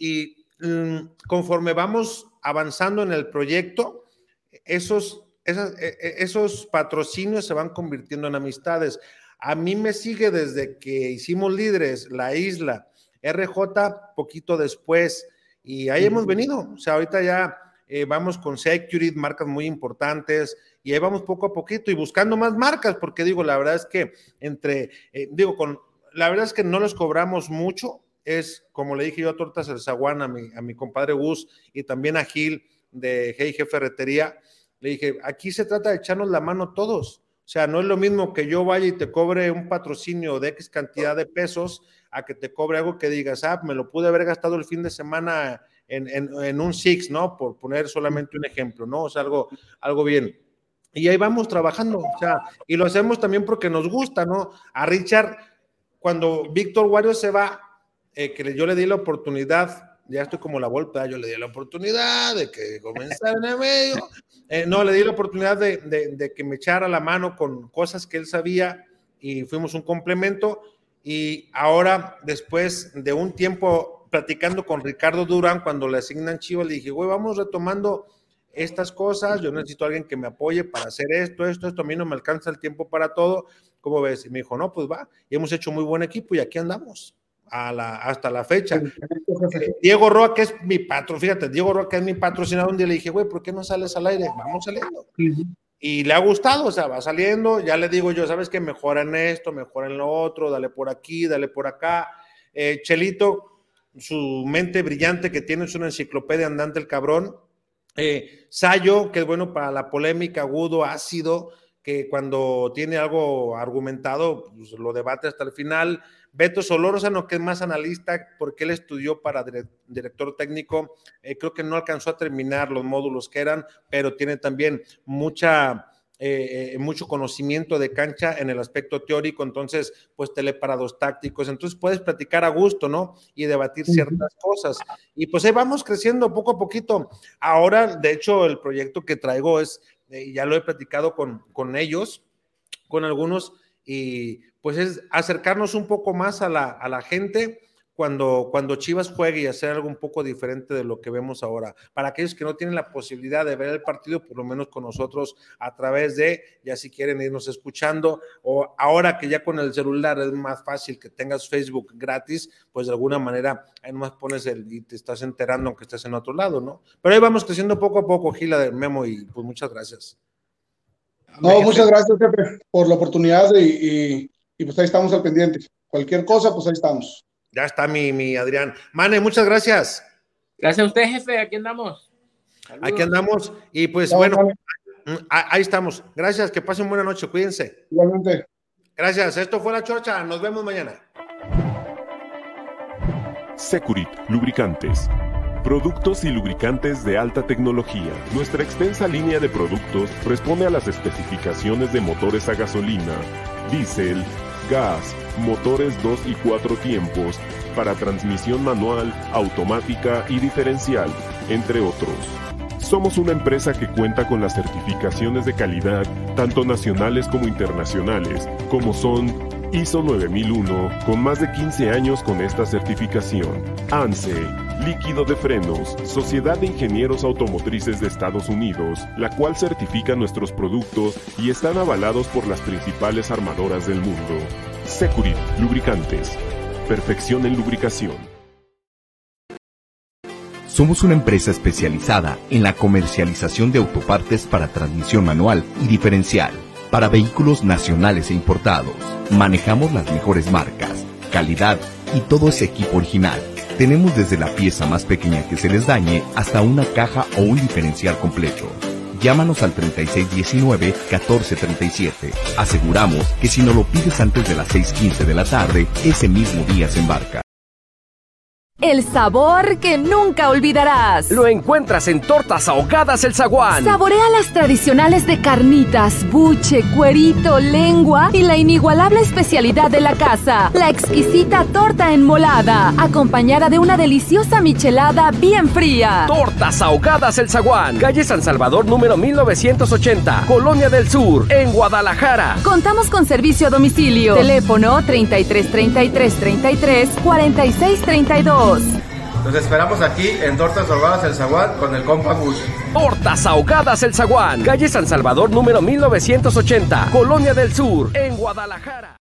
Speaker 2: y mm, conforme vamos avanzando en el proyecto, esos, esas, esos patrocinios se van convirtiendo en amistades. A mí me sigue desde que hicimos Líderes, La Isla, R J, poquito después, y ahí hemos venido. O sea, ahorita ya eh, vamos con Security, marcas muy importantes, y ahí vamos poco a poquito y buscando más marcas, porque digo, la verdad es que entre, eh, digo, con, la verdad es que no les cobramos mucho, es como le dije yo a Tortas El Zaguán, a mi, a mi compadre Gus y también a Gil de G I G Ferretería, le dije, aquí se trata de echarnos la mano todos, o sea, no es lo mismo que yo vaya y te cobre un patrocinio de X cantidad de pesos a que te cobre algo que digas, ah, me lo pude haber gastado el fin de semana en, en, en un Six, ¿no? Por poner solamente un ejemplo, ¿no? O sea, algo, algo bien. Y ahí vamos trabajando, o sea, y lo hacemos también porque nos gusta, ¿no? A Richard, cuando Víctor Wario se va, eh, que yo le di la oportunidad, ya estoy como la Volpe, yo le di la oportunidad de que comenzara en el medio, eh, no, le di la oportunidad de, de, de que me echara la mano con cosas que él sabía y fuimos un complemento, y ahora, después de un tiempo platicando con Ricardo Durán, cuando le asignan Chivas, le dije, güey, vamos retomando estas cosas, yo necesito a alguien que me apoye para hacer esto, esto, esto, a mí no me alcanza el tiempo para todo, ¿cómo ves? Y me dijo, no, pues va, y hemos hecho muy buen equipo y aquí andamos a la, hasta la fecha. Eh, Diego Roa, que es mi patrón, fíjate, Diego Roa, que es mi patrocinador, un día le dije, güey, ¿por qué no sales al aire? Vamos saliendo. Uh-huh. Y le ha gustado, o sea, va saliendo, ya le digo yo, ¿sabes qué? Mejora en esto, mejora en lo otro, dale por aquí, dale por acá. Eh, Chelito, su mente brillante que tiene, es una enciclopedia andante el cabrón. Eh, Sayo, que es bueno para la polémica, agudo, ácido, que cuando tiene algo argumentado, pues lo debate hasta el final. Beto Solórzano, que es más analista, porque él estudió para dire- director técnico, eh, creo que no alcanzó a terminar los módulos que eran, pero tiene también mucha... Eh, eh, mucho conocimiento de cancha en el aspecto teórico, entonces pues teleparados tácticos, entonces puedes platicar a gusto, ¿no? Y debatir ciertas cosas, y pues ahí vamos creciendo poco a poquito. Ahora, de hecho, el proyecto que traigo es, eh, ya lo he platicado con, con ellos, con algunos, y pues es acercarnos un poco más a la, a la gente cuando, cuando Chivas juegue y hacer algo un poco diferente de lo que vemos ahora. Para aquellos que no tienen la posibilidad de ver el partido, por lo menos con nosotros a través de, ya si quieren irnos escuchando, o ahora que ya con el celular es más fácil que tengas Facebook gratis, pues de alguna manera ahí nomás pones el y te estás enterando aunque estés en otro lado, ¿no? Pero ahí vamos creciendo poco a poco, Gila de Memo, y pues muchas gracias.
Speaker 9: No, Déjate. Muchas gracias, jefe, por la oportunidad y, y, y pues ahí estamos al pendiente. Cualquier cosa, pues ahí estamos.
Speaker 2: Ya está mi, mi Adrián. Mane, muchas gracias.
Speaker 4: Gracias a usted, jefe. Aquí andamos.
Speaker 2: Saludos. Aquí andamos. Y pues no, bueno, no. ahí estamos. Gracias. Que pasen buena noche. Cuídense.
Speaker 9: Igualmente.
Speaker 2: Gracias. Esto fue La Chorcha. Nos vemos mañana.
Speaker 13: Securit Lubricantes. Productos y lubricantes de alta tecnología. Nuestra extensa línea de productos responde a las especificaciones de motores a gasolina, diésel, gas, motores dos y cuatro tiempos, para transmisión manual, automática y diferencial, entre otros. Somos una empresa que cuenta con las certificaciones de calidad, tanto nacionales como internacionales, como son I S O nueve mil uno, con más de quince años con esta certificación. ANSE, Líquido de Frenos, Sociedad de Ingenieros Automotrices de Estados Unidos, la cual certifica nuestros productos y están avalados por las principales armadoras del mundo. Securit Lubricantes. Perfección en lubricación.
Speaker 15: Somos una empresa especializada en la comercialización de autopartes para transmisión manual y diferencial, para vehículos nacionales e importados. Manejamos las mejores marcas, calidad y todo ese equipo original. Tenemos desde la pieza más pequeña que se les dañe hasta una caja o un diferencial completo. Llámanos al treinta y seis diecinueve, catorce treinta y siete. Aseguramos que si no lo pides antes de las seis quince de la tarde, ese mismo día se embarca.
Speaker 16: El sabor que nunca olvidarás.
Speaker 17: Lo encuentras en Tortas Ahogadas El Zaguán.
Speaker 16: Saborea las tradicionales de carnitas, buche, cuerito, lengua y la inigualable especialidad de la casa, la exquisita torta enmolada, acompañada de una deliciosa michelada bien fría.
Speaker 17: Tortas Ahogadas El Zaguán, calle San Salvador número mil novecientos ochenta, Colonia del Sur, en Guadalajara.
Speaker 16: Contamos con servicio a domicilio. Teléfono treinta y tres treinta y tres treinta y tres cuarenta y seis treinta y dos.
Speaker 18: Los esperamos aquí en Tortas Ahogadas El Zaguán con el compa Gus.
Speaker 17: Tortas Ahogadas El Zaguán, calle San Salvador número mil novecientos ochenta, Colonia del Sur, en Guadalajara.